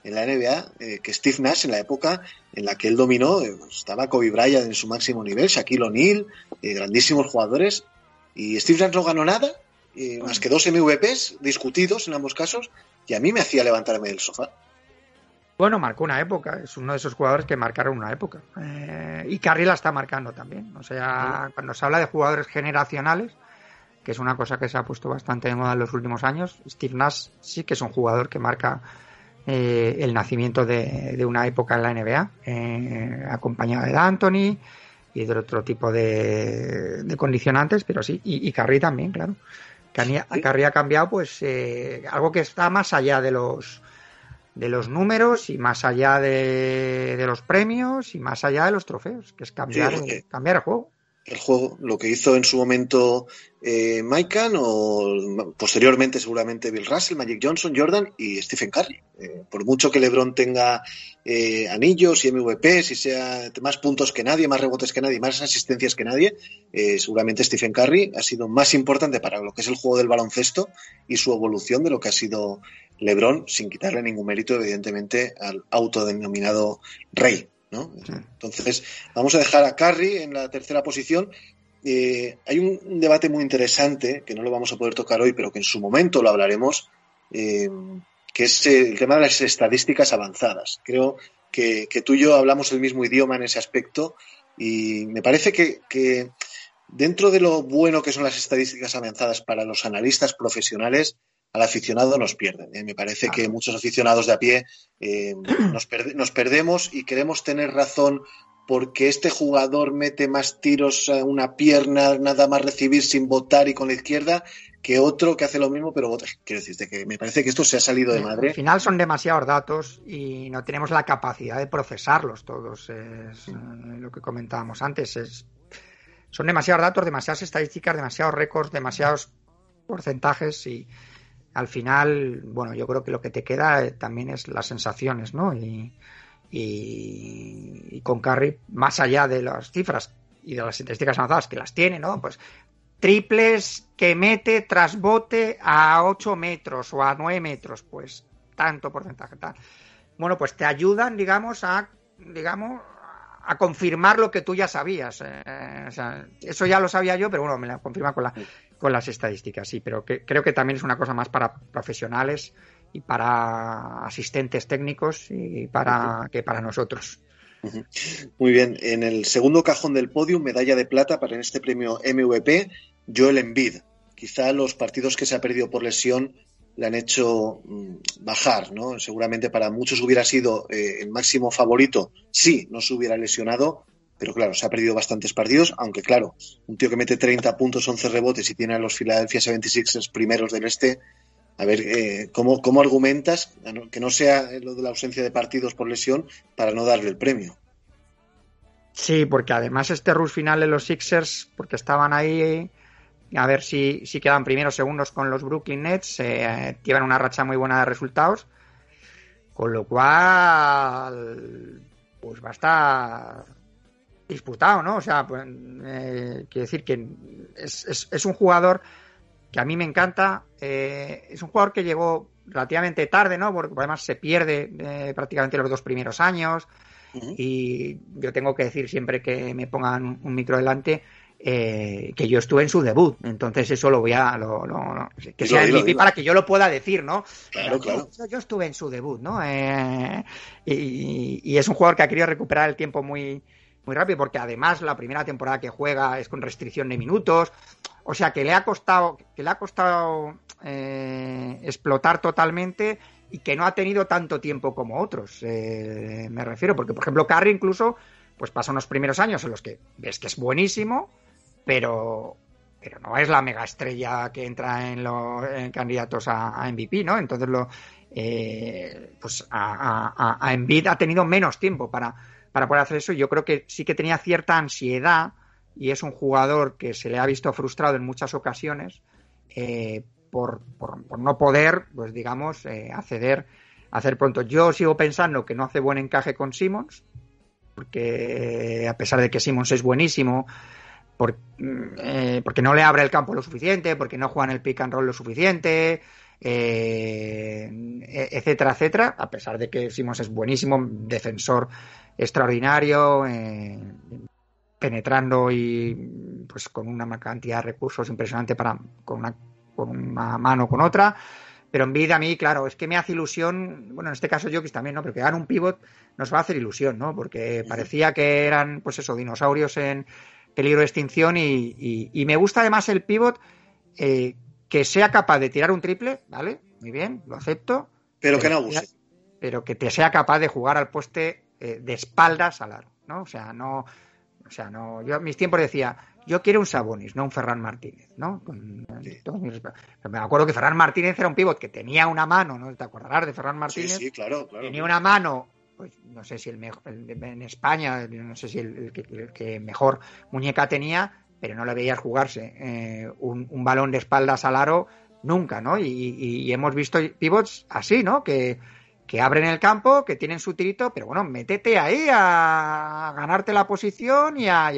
Speaker 4: en la NBA que Steve Nash, en la época en la que él dominó. Estaba Kobe Bryant en su máximo nivel, Shaquille O'Neal, grandísimos jugadores, y Steve Nash no ganó nada, más que 2 MVPs discutidos en ambos casos, y a mí me hacía levantarme del sofá.
Speaker 3: Bueno, marcó una época, es uno de esos jugadores que marcaron una época. Y Curry la está marcando también. O sea, cuando se habla de jugadores generacionales, que es una cosa que se ha puesto bastante de moda en los últimos años, Steve Nash sí que es un jugador que marca el nacimiento de una época en la NBA, acompañado de D'Antoni y de otro tipo de condicionantes, pero sí, y Curry también, claro. Curry ha cambiado pues algo que está más allá de los números y más allá de los premios y más allá de los trofeos, que es cambiar el juego.
Speaker 4: El juego, lo que hizo en su momento Mikan, o posteriormente seguramente Bill Russell, Magic Johnson, Jordan y Stephen Curry. Por mucho que LeBron tenga anillos y MVPs y sea más puntos que nadie, más rebotes que nadie, más asistencias que nadie, seguramente Stephen Curry ha sido más importante para lo que es el juego del baloncesto y su evolución de lo que ha sido LeBron, sin quitarle ningún mérito, evidentemente, al autodenominado rey, ¿no? Sí. Entonces, vamos a dejar a Curry en la tercera posición. Hay un debate muy interesante, que no lo vamos a poder tocar hoy, pero que en su momento lo hablaremos, que es el tema de las estadísticas avanzadas. Creo que tú y yo hablamos el mismo idioma en ese aspecto, y me parece que dentro de lo bueno que son las estadísticas avanzadas para los analistas profesionales, al aficionado nos pierden. Me parece que muchos aficionados de a pie nos perdemos y queremos tener razón porque este jugador mete más tiros a una pierna, nada más recibir sin botar y con la izquierda, que otro que hace lo mismo pero bota. Quiero decirte que me parece que esto se ha salido de madre.
Speaker 3: Al final son demasiados datos y no tenemos la capacidad de procesarlos todos. Es lo que comentábamos antes. Son demasiados datos, demasiadas estadísticas, demasiados récords, demasiados porcentajes y al final, bueno, yo creo que lo que te queda también es las sensaciones, ¿no? Y con Curry, más allá de las cifras y de las estadísticas avanzadas que las tiene, ¿no? Pues triples que mete tras bote a 8 metros o a 9 metros, pues tanto porcentaje, tal. Bueno, pues te ayudan, digamos, a confirmar lo que tú ya sabías. O sea, eso ya lo sabía yo, pero bueno, me lo confirma con las estadísticas, sí, pero creo que también es una cosa más para profesionales y para asistentes técnicos y que para nosotros.
Speaker 4: Muy bien, en el segundo cajón del podio, medalla de plata para en este premio MVP, Joel Embiid. Quizá los partidos que se ha perdido por lesión le han hecho bajar, ¿no? Seguramente para muchos hubiera sido el máximo favorito si no se hubiera lesionado, pero claro, se ha perdido bastantes partidos, aunque claro, un tío que mete 30 puntos, 11 rebotes y tiene a los Philadelphia 76ers primeros del este, a ver, ¿cómo argumentas que no sea lo de la ausencia de partidos por lesión para no darle el premio?
Speaker 3: Sí, porque además este rush final de los Sixers, porque estaban ahí a ver si quedan primeros segundos con los Brooklyn Nets, llevan una racha muy buena de resultados, con lo cual pues va a estar disputado, ¿no? O sea, pues, quiero decir que es un jugador que a mí me encanta, es un jugador que llegó relativamente tarde, ¿no? Porque además se pierde prácticamente los 2 primeros años, y yo tengo que decir siempre que me pongan un micro delante que yo estuve en su debut, entonces eso lo voy a que sea MVP para que yo lo pueda decir, ¿no?
Speaker 4: Claro.
Speaker 3: Yo estuve en su debut, ¿no? Y es un jugador que ha querido recuperar el tiempo muy muy rápido, porque además la primera temporada que juega es con restricción de minutos, o sea que le ha costado explotar totalmente y que no ha tenido tanto tiempo como otros, me refiero, porque por ejemplo Curry incluso pues pasa unos primeros años en los que ves que es buenísimo, pero no es la mega estrella que entra en candidatos a MVP, ¿no? Entonces pues a Embiid ha tenido menos tiempo para poder hacer eso, y yo creo que sí que tenía cierta ansiedad, y es un jugador que se le ha visto frustrado en muchas ocasiones por no poder, pues digamos, acceder a hacer pronto. Yo sigo pensando que no hace buen encaje con Simmons, porque a pesar de que Simmons es buenísimo, porque no le abre el campo lo suficiente, porque no juega en el pick and roll lo suficiente, etcétera, etcétera, a pesar de que Simmons es buenísimo, defensor extraordinario, penetrando y pues con una cantidad de recursos impresionante con una mano o con otra. Pero Embiid a mí, claro, es que me hace ilusión, bueno, en este caso Jokic también, ¿no? Pero que gane un pívot nos va a hacer ilusión, ¿no? Porque parecía que eran, pues eso, dinosaurios en peligro de extinción y me gusta además el pívot que sea capaz de tirar un triple, ¿vale? Muy bien, lo acepto.
Speaker 4: Pero que no abuse.
Speaker 3: Pero que te sea capaz de jugar al poste de espaldas al aro, ¿no? O sea, no, yo en mis tiempos decía, yo quiero un Sabonis, no un Ferran Martínez, ¿no? Me acuerdo que Ferran Martínez era un pívot que tenía una mano, ¿no? ¿Te acordarás de Ferran Martínez?
Speaker 4: Sí, claro.
Speaker 3: Tenía una mano, pues no sé si en España, no sé si el que mejor muñeca tenía, pero no le veías jugarse un balón de espaldas al aro nunca, ¿no? Y hemos visto pivots así, ¿no? Que abren el campo, que tienen su tirito, pero bueno, métete ahí a ganarte la posición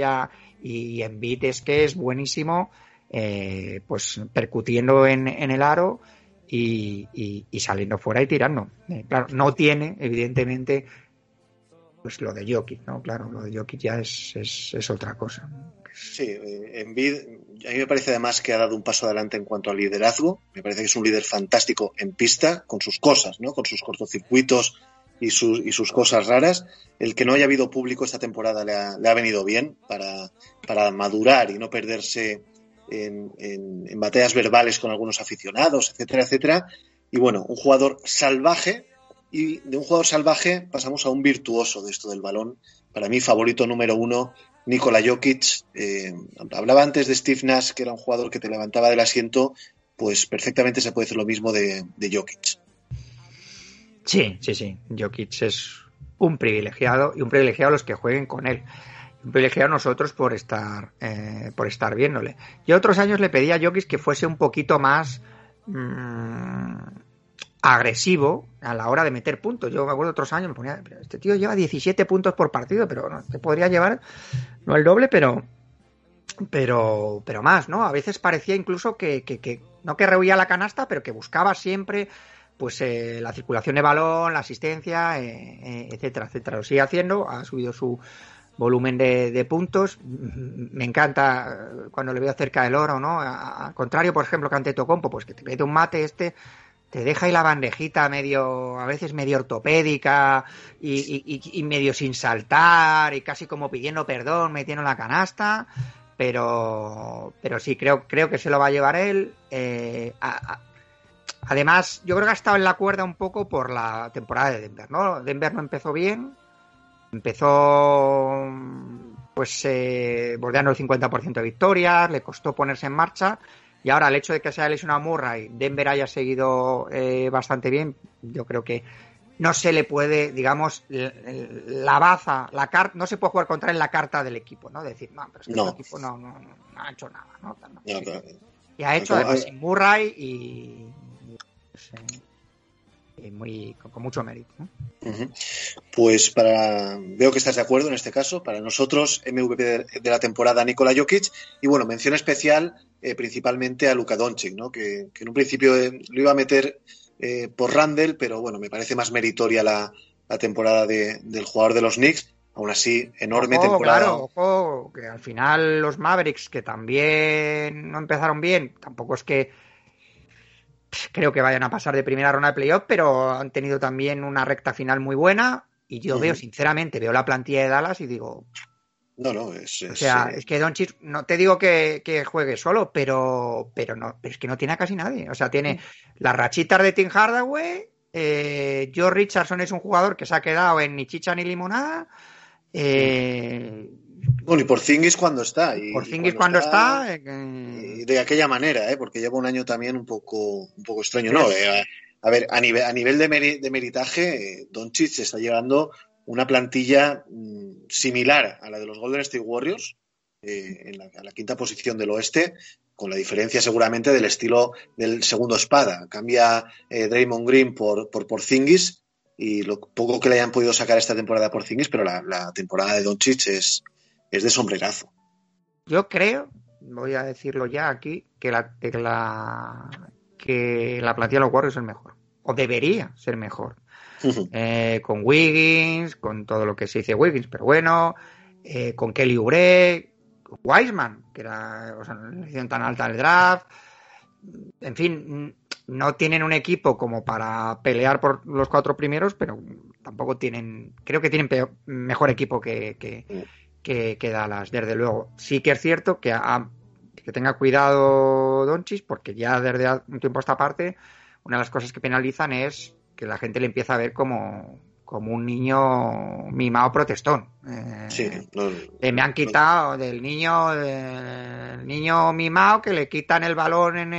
Speaker 3: y Embiid es que es buenísimo, pues percutiendo en el aro y saliendo fuera y tirando. Claro, no tiene, evidentemente, pues lo de Jokic, ¿no? Claro, lo de Jokic ya es otra cosa.
Speaker 4: Sí, Embiid, a mí me parece además que ha dado un paso adelante en cuanto al liderazgo. Me parece que es un líder fantástico en pista, con sus cosas, ¿no? Con sus cortocircuitos y sus cosas raras. El que no haya habido público esta temporada le ha venido bien para madurar y no perderse en batallas verbales con algunos aficionados, etcétera, etcétera. Y bueno, un jugador salvaje, y de un jugador salvaje pasamos a un virtuoso de esto del balón. Para mí, favorito número 1, Nikola Jokic. Hablaba antes de Steve Nash, que era un jugador que te levantaba del asiento, pues perfectamente se puede decir lo mismo de Jokic.
Speaker 3: Sí. Jokic es un privilegiado, y un privilegiado los que jueguen con él. Un privilegiado nosotros por estar viéndole. Yo otros años le pedí a Jokic que fuese un poquito más agresivo a la hora de meter puntos. Yo me acuerdo otros años me ponía, este tío lleva 17 puntos por partido, pero no, te podría llevar no el doble, pero más, ¿no? A veces parecía incluso que no que rehuía la canasta, pero que buscaba siempre pues la circulación de balón, la asistencia, etcétera, etcétera. Lo sigue haciendo, ha subido su volumen de puntos. Me encanta cuando le veo cerca del oro, ¿no? Al contrario, por ejemplo, que Antetokounmpo, pues que te mete un mate te deja ahí la bandejita a veces medio ortopédica y medio sin saltar y casi como pidiendo perdón, metiendo la canasta, pero sí, creo que se lo va a llevar él. Además, yo creo que ha estado en la cuerda un poco por la temporada de Denver, ¿no? Denver no empezó bien, empezó pues bordeando el 50% de victorias, le costó ponerse en marcha. Y ahora el hecho de que se haya lesionado Murray, Denver haya seguido bastante bien, yo creo que no se le puede, digamos, la baza, no se puede jugar contra él la carta del equipo, ¿no? Decir, no, pero es que el equipo no ha hecho nada, ¿no? Y ha hecho además sin Murray y pues, con mucho mérito, ¿no?
Speaker 4: Uh-huh. Pues veo que estás de acuerdo en este caso. Para nosotros, MVP de la temporada, Nikola Jokic. Y bueno, mención especial principalmente a Luka Doncic, ¿no? Que en un principio lo iba a meter por Randle, pero bueno, me parece más meritoria la temporada del jugador de los Knicks. Aún así, enorme temporada.
Speaker 3: Claro, ojo, que al final los Mavericks, que también no empezaron bien, tampoco es que creo que vayan a pasar de primera ronda de playoff, pero han tenido también una recta final muy buena y yo sinceramente, veo la plantilla de Dallas y digo... es que Doncic, no te digo que juegue solo, pero es que no tiene a casi nadie. O sea, tiene las rachitas de Tim Hardaway, Joe Richardson es un jugador que se ha quedado en ni chicha ni limonada,
Speaker 4: bueno, y Porzingis cuando está. Y de aquella manera, porque lleva un año también un poco extraño. Sí. No, a ver, a nivel de meritaje, Doncic está llegando una plantilla similar a la de los Golden State Warriors, a la quinta posición del oeste, con la diferencia seguramente del estilo del segundo espada. Cambia Draymond Green por Porzingis, y lo poco que le hayan podido sacar esta temporada a Porzingis, pero la temporada de Doncic es de sombrerazo.
Speaker 3: Yo creo, voy a decirlo ya aquí, que que la plantilla de los Warriors es mejor, o debería ser mejor. Con Wiggins, con todo lo que se dice Wiggins, pero bueno, con Kelly Oubre, con Wiseman, que era, o sea, una elección tan alta del draft. En fin, no tienen un equipo como para pelear por los 4 primeros, pero tampoco tienen, creo que tienen mejor equipo que Dallas, desde luego. Sí que es cierto que tenga cuidado Doncic, porque ya desde un tiempo a esta parte, una de las cosas que penalizan es que la gente le empieza a ver como un niño mimado protestón. Me han quitado del niño mimado, que le quitan el balón en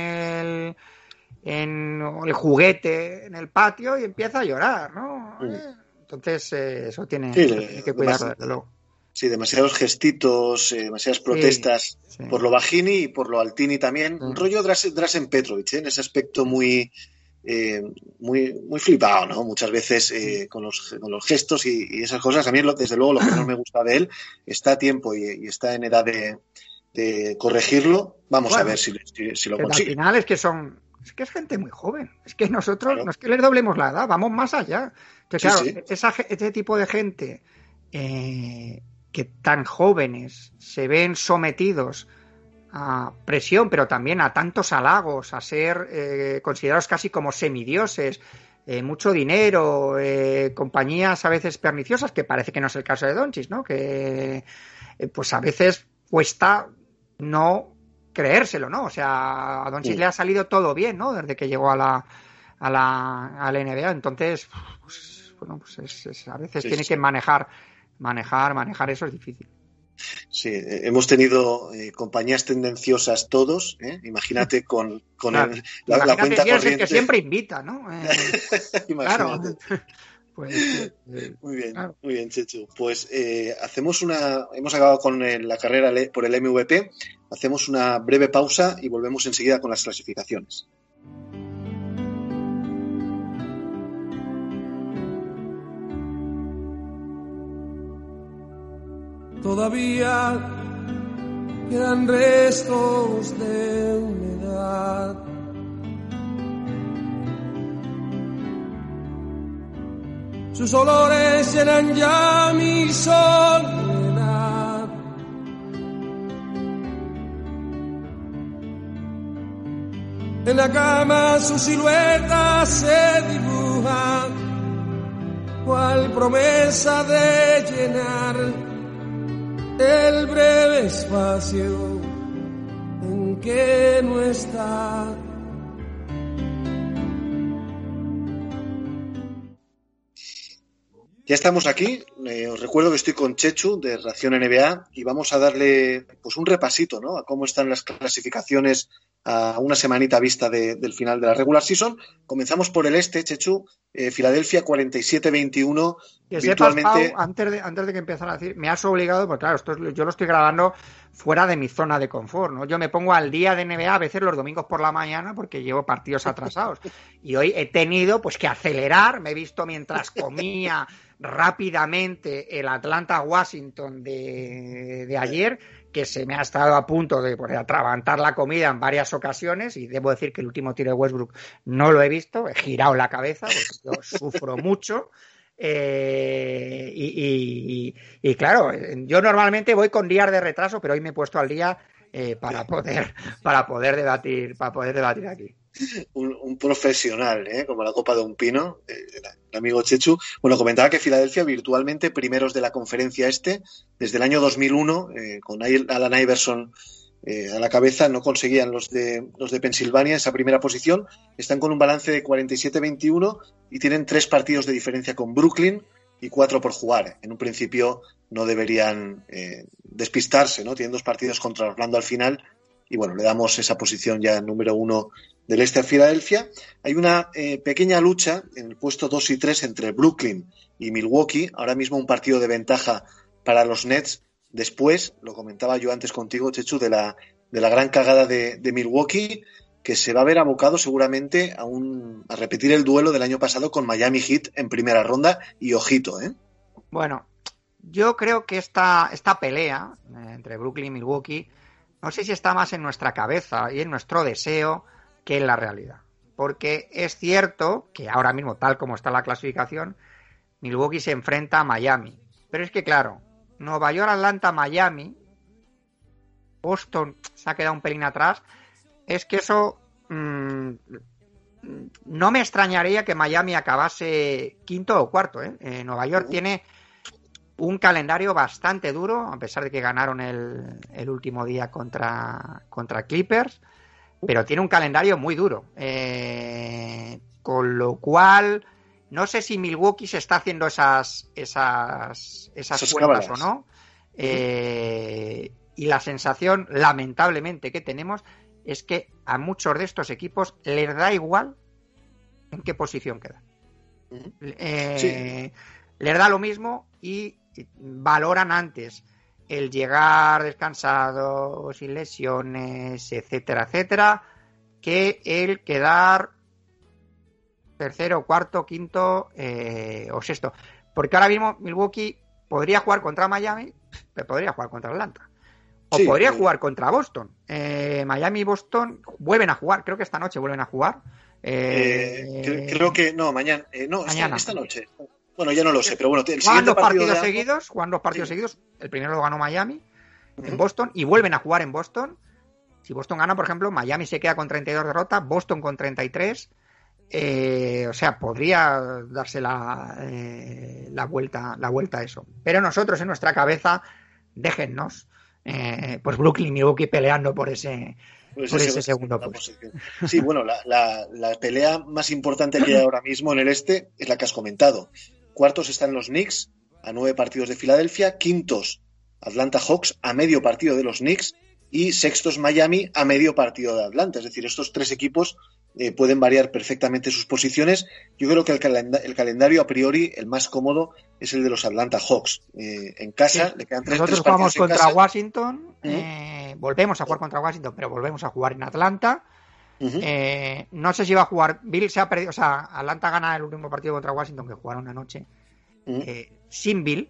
Speaker 3: el juguete en el patio y empieza a llorar, ¿no? Entonces eso tiene que cuidarlo, desde luego.
Speaker 4: Sí, demasiados gestitos, demasiadas protestas por lo Bajini y por lo Altini también. Un rollo Drazen Petrovic, en ese aspecto muy flipado, ¿no? Muchas veces con los gestos y esas cosas. A mí, desde luego, lo que no me gusta de él, está a tiempo y está en edad de corregirlo. Vamos a ver si lo consigue.
Speaker 3: Al final es que es gente muy joven. Es que nosotros, no es que les doblemos la edad, vamos más allá. Entonces, ese tipo de gente que tan jóvenes se ven sometidos a presión, pero también a tantos halagos, a ser considerados casi como semidioses, mucho dinero, compañías a veces perniciosas, que parece que no es el caso de Doncic, ¿no? Que pues a veces cuesta no creérselo, ¿no? O sea, a Doncic le ha salido todo bien, ¿no? Desde que llegó a la NBA. Entonces, pues a veces tiene que manejar eso, es difícil.
Speaker 4: Sí, hemos tenido compañías tendenciosas todos, Imagínate con la cuenta corriente.
Speaker 3: El que siempre invita, ¿no? Claro.
Speaker 4: Pues, muy bien, Chechu. Pues hemos acabado con la carrera por el MVP, hacemos una breve pausa y volvemos enseguida con las clasificaciones.
Speaker 5: Todavía quedan restos de humedad. Sus olores llenan ya mi soledad. En la cama su silueta se dibuja, cual promesa de llenar el breve espacio en que no está.
Speaker 4: Ya estamos aquí. Os recuerdo que estoy con Chechu de Ración NBA y vamos a darle pues un repasito, ¿no? A cómo están las clasificaciones a una semanita vista del final de la regular season. Comenzamos por el este, Chechu. Filadelfia 47-21.
Speaker 3: Que virtualmente... sepas, Pau, antes de que empezara a decir, me has obligado, porque claro, yo lo estoy grabando fuera de mi zona de confort, ¿no? Yo me pongo al día de NBA a veces los domingos por la mañana porque llevo partidos atrasados. Y hoy he tenido pues que acelerar, me he visto mientras comía rápidamente el Atlanta-Washington de ayer, que se me ha estado a punto de atragantar la comida en varias ocasiones, y debo decir que el último tiro de Westbrook no lo he visto, he girado la cabeza porque yo sufro mucho. Y claro, yo normalmente voy con días de retraso, pero hoy me he puesto al día para poder debatir aquí.
Speaker 4: Un profesional, como la copa de un pino, el amigo Chechu. Bueno, comentaba que Filadelfia virtualmente primeros de la conferencia este, desde el año 2001, con Alan Iverson a la cabeza, no conseguían los de Pensilvania esa primera posición. Están con un balance de 47-21 y tienen 3 partidos de diferencia con Brooklyn y 4 por jugar. En un principio no deberían despistarse, ¿no? Tienen 2 partidos contra Orlando al final y bueno, le damos esa posición ya número 1 del este a Filadelfia. Hay una pequeña lucha en el puesto 2 y 3 entre Brooklyn y Milwaukee. Ahora mismo un partido de ventaja para los Nets. Después, lo comentaba yo antes contigo, Chechu, de la gran cagada de Milwaukee, que se va a ver abocado seguramente a repetir el duelo del año pasado con Miami Heat en primera ronda. Y ojito, ¿eh?
Speaker 3: Bueno, yo creo que esta pelea entre Brooklyn y Milwaukee, no sé si está más en nuestra cabeza y en nuestro deseo que en la realidad. porque es cierto que ahora mismo, tal como está la clasificación, Milwaukee se enfrenta a Miami. Pero es que, claro, Nueva York, Atlanta, Miami, Boston se ha quedado un pelín atrás. Es que eso... no me extrañaría que Miami acabase quinto o cuarto, ¿eh? Nueva York tiene un calendario bastante duro, a pesar de que ganaron el último día contra Clippers, pero tiene un calendario muy duro. Con lo cual, no sé si Milwaukee se está haciendo esas cuentas o no. Y la sensación, lamentablemente, que tenemos es que a muchos de estos equipos les da igual en qué posición quedan. Les da lo mismo y valoran antes el llegar descansado, sin lesiones, etcétera, etcétera, que el quedar tercero, cuarto, quinto o sexto. Porque ahora mismo Milwaukee podría jugar contra Miami, pero podría jugar contra Atlanta. O podría jugar contra Boston. Miami y Boston vuelven a jugar. Creo que esta noche vuelven a jugar.
Speaker 4: Creo que no, mañana. Mañana. Esta noche. Bueno, ya no lo sé, pero bueno.
Speaker 3: Juegan dos partidos seguidos. El primero lo ganó Miami en Boston y vuelven a jugar en Boston. Si Boston gana, por ejemplo, Miami se queda con 32 derrotas, Boston con 33. O sea, podría darse la vuelta a eso. Pero nosotros en nuestra cabeza, déjennos. Pues Brooklyn y Milwaukee peleando por ese segundo puesto.
Speaker 4: Sí, bueno, la pelea más importante que hay ahora mismo en el este es la que has comentado. Cuartos están los Knicks a 9 partidos de Filadelfia, quintos Atlanta Hawks a medio partido de los Knicks y sextos Miami a medio partido de Atlanta. Es decir, estos tres equipos pueden variar perfectamente sus posiciones. Yo creo que el calendario a priori, el más cómodo, es el de los Atlanta Hawks. En casa, le quedan tres partidos.
Speaker 3: Nosotros jugamos contra Washington, volvemos a jugar contra Washington, pero volvemos a jugar en Atlanta. No sé si va a jugar Bill, se ha perdido, o sea, Atlanta gana el último partido contra Washington, que jugaron anoche, sin Bill.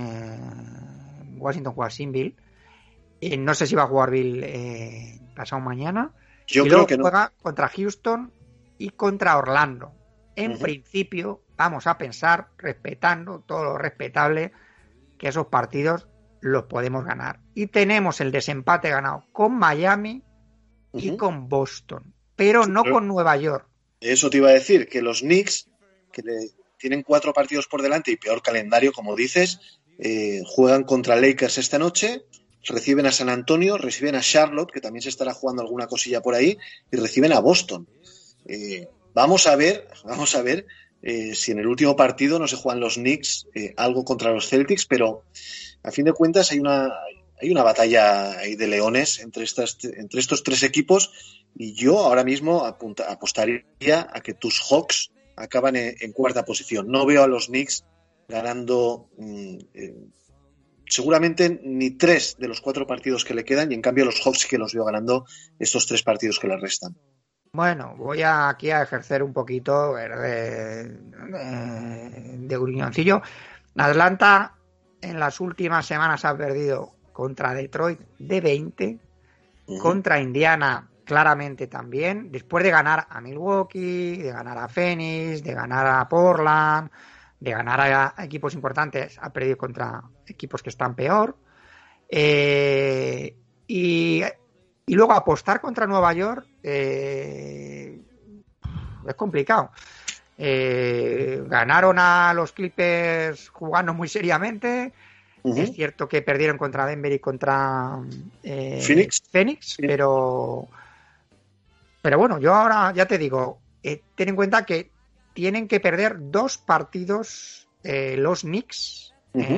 Speaker 3: Washington juega sin Bill. No sé si va a jugar Bill pasado mañana.
Speaker 4: Yo
Speaker 3: y
Speaker 4: creo que no.
Speaker 3: Juega contra Houston y contra Orlando. En principio, vamos a pensar, respetando todo lo respetable, que esos partidos los podemos ganar. Y tenemos el desempate ganado con Miami y con Boston, pero no con Nueva York.
Speaker 4: Eso te iba a decir, que los Knicks, que tienen 4 partidos por delante y peor calendario, como dices, juegan contra Lakers esta noche, reciben a San Antonio, reciben a Charlotte, que también se estará jugando alguna cosilla por ahí, y reciben a Boston. Vamos a ver si en el último partido no se juegan los Knicks algo contra los Celtics, pero a fin de cuentas hay una batalla ahí de leones entre estos tres equipos, y yo ahora mismo apostaría a que tus Hawks acaban en cuarta posición. No veo a los Knicks ganando seguramente ni 3 de los 4 partidos que le quedan, y en cambio los Hawks sí que los veo ganando estos 3 partidos que les restan.
Speaker 3: Bueno, voy aquí a ejercer un poquito de gruñoncillo. Atlanta en las últimas semanas ha perdido contra Detroit de 20, contra Indiana claramente también, después de ganar a Milwaukee, de ganar a Phoenix, de ganar a Portland, de ganar a equipos importantes, ha perdido contra equipos que están peor. Y luego apostar contra Nueva York es complicado. Ganaron a los Clippers jugando muy seriamente. Es cierto que perdieron contra Denver y contra Phoenix, pero bueno, yo ahora ya te digo, ten en cuenta que tienen que perder 2 partidos los Knicks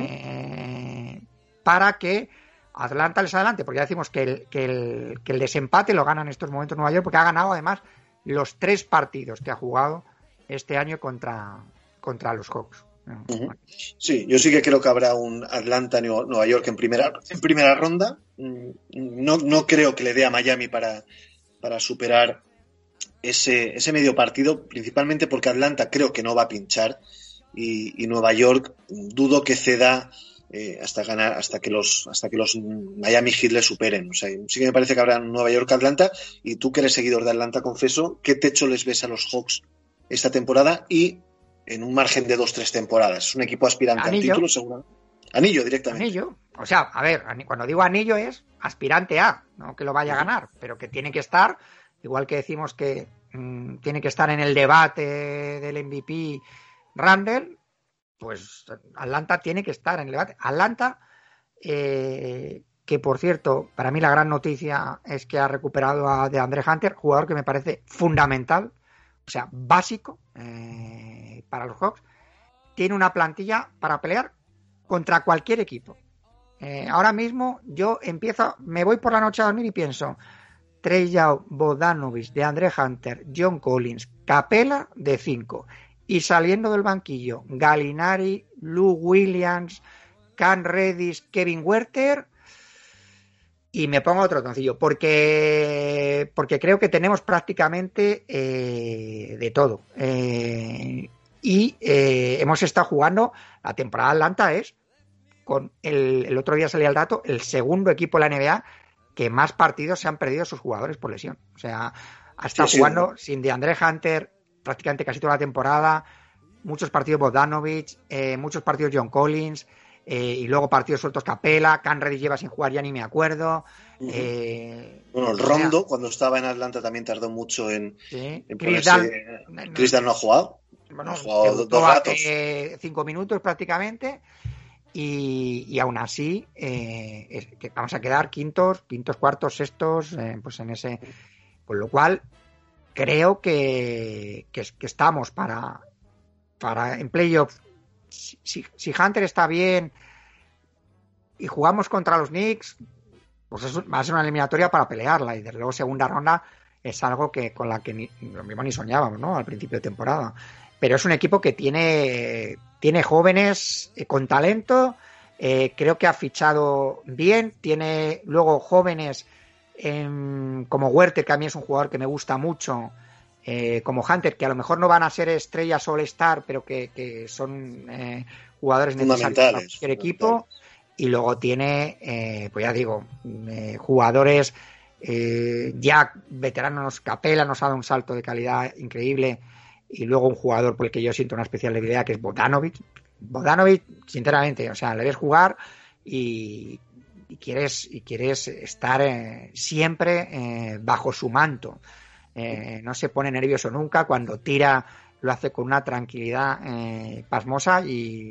Speaker 3: para que Atlanta les adelante, porque ya decimos que el desempate lo gana en estos momentos Nueva York, porque ha ganado además los 3 partidos que ha jugado este año contra los Hawks.
Speaker 4: Sí, yo sí que creo que habrá un Atlanta-Nueva York en primera ronda. No creo que le dé a Miami para superar ese medio partido, principalmente porque Atlanta creo que no va a pinchar y Nueva York dudo que ceda hasta que los Miami Heat le superen. O sea, sí que me parece que habrá Nueva York-Atlanta, y tú que eres seguidor de Atlanta, confeso, ¿qué techo les ves a los Hawks esta temporada y en un margen de 2-3 temporadas? Es un equipo aspirante al título, seguro. Anillo directamente.
Speaker 3: Anillo. O sea, a ver, cuando digo anillo es aspirante a, no que lo vaya a ganar, pero que tiene que estar, igual que decimos que tiene que estar en el debate del MVP Randle, pues Atlanta tiene que estar en el debate. Atlanta, que por cierto, para mí la gran noticia es que ha recuperado a DeAndre Hunter, jugador que me parece fundamental, o sea, básico para los Hawks. Tiene una plantilla para pelear contra cualquier equipo. Ahora mismo me voy por la noche a dormir y pienso: Trey Young, Bogdanovic, DeAndre Hunter, John Collins, Capela de 5. Y saliendo del banquillo, Gallinari, Lou Williams, Cam Reddish, Kevin Huerter. Y me pongo otro toncillo, porque creo que tenemos prácticamente de todo. Y hemos estado jugando, la temporada de Atlanta es, con el otro día salía el dato, el segundo equipo de la NBA que más partidos se han perdido sus jugadores por lesión. O sea, ha estado jugando sin DeAndre Hunter prácticamente casi toda la temporada, muchos partidos Bogdanovic, muchos partidos John Collins, y luego partidos sueltos Capela, Cam Reddish lleva sin jugar, ya ni me acuerdo.
Speaker 4: Bueno, el Rondo, cuando estaba en Atlanta, también tardó mucho en
Speaker 3: Chris
Speaker 4: Dunn no ha jugado.
Speaker 3: Bueno,
Speaker 4: ha jugado 2 ratos.
Speaker 3: 5 minutos prácticamente. Y aún así que vamos a quedar quintos, cuartos, sextos, pues en ese, con lo cual creo que estamos para en playoff. Si Hunter está bien y jugamos contra los Knicks, pues eso va a ser una eliminatoria para pelearla, y desde luego segunda ronda es algo que con la que lo mismo ni soñábamos, ¿no? Al principio de temporada. Pero es un equipo que tiene jóvenes con talento, creo que ha fichado bien, tiene luego jóvenes como Huerter, que a mí es un jugador que me gusta mucho, como Hunter, que a lo mejor no van a ser estrellas All-Star, pero que son jugadores necesarios para cualquier equipo. Y luego tiene, pues ya digo, jugadores ya veteranos. Capela nos ha dado un salto de calidad increíble. Y luego un jugador por el que yo siento una especial debilidad, que es Bogdanovic. Bogdanovic, sinceramente, o sea, le ves jugar y quieres estar siempre bajo su manto. No se pone nervioso nunca. Cuando tira, lo hace con una tranquilidad pasmosa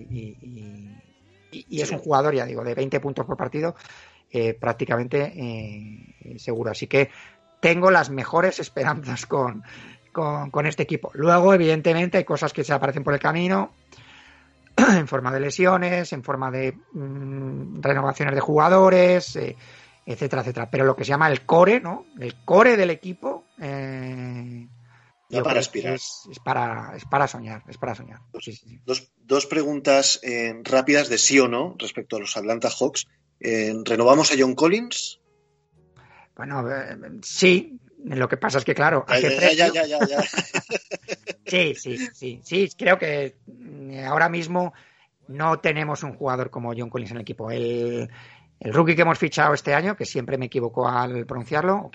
Speaker 3: y es un jugador, ya digo, de 20 puntos por partido, prácticamente seguro. Así que tengo las mejores esperanzas con este equipo. Luego, evidentemente, hay cosas que se aparecen por el camino, en forma de lesiones, en forma de renovaciones de jugadores, etcétera, etcétera. Pero lo que se llama el core, ¿no? El core del equipo,
Speaker 4: para aspirar.
Speaker 3: Es para soñar. Sí.
Speaker 4: Dos preguntas rápidas de sí o no respecto a los Atlanta Hawks. ¿Renovamos a John Collins?
Speaker 3: Bueno, sí. Lo que pasa es que, claro,
Speaker 4: ya.
Speaker 3: Sí, creo que ahora mismo no tenemos un jugador como John Collins en el equipo. El rookie que hemos fichado este año, que siempre me equivoco al pronunciarlo,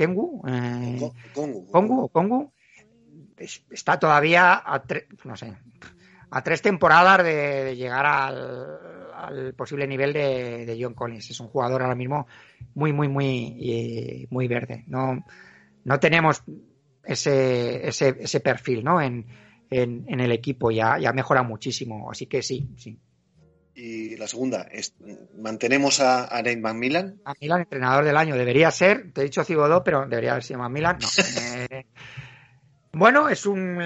Speaker 3: Kongu, está todavía a 3 temporadas de llegar al posible nivel de John Collins. Es un jugador ahora mismo muy verde. No tenemos ese perfil, ¿no? En el equipo ya mejora muchísimo, así que sí.
Speaker 4: Y la segunda, ¿mantenemos a Nate McMillan?
Speaker 3: McMillan, entrenador del año, debería ser, te he dicho Thibodeau, pero debería haber sido McMillan, no. Bueno, es un...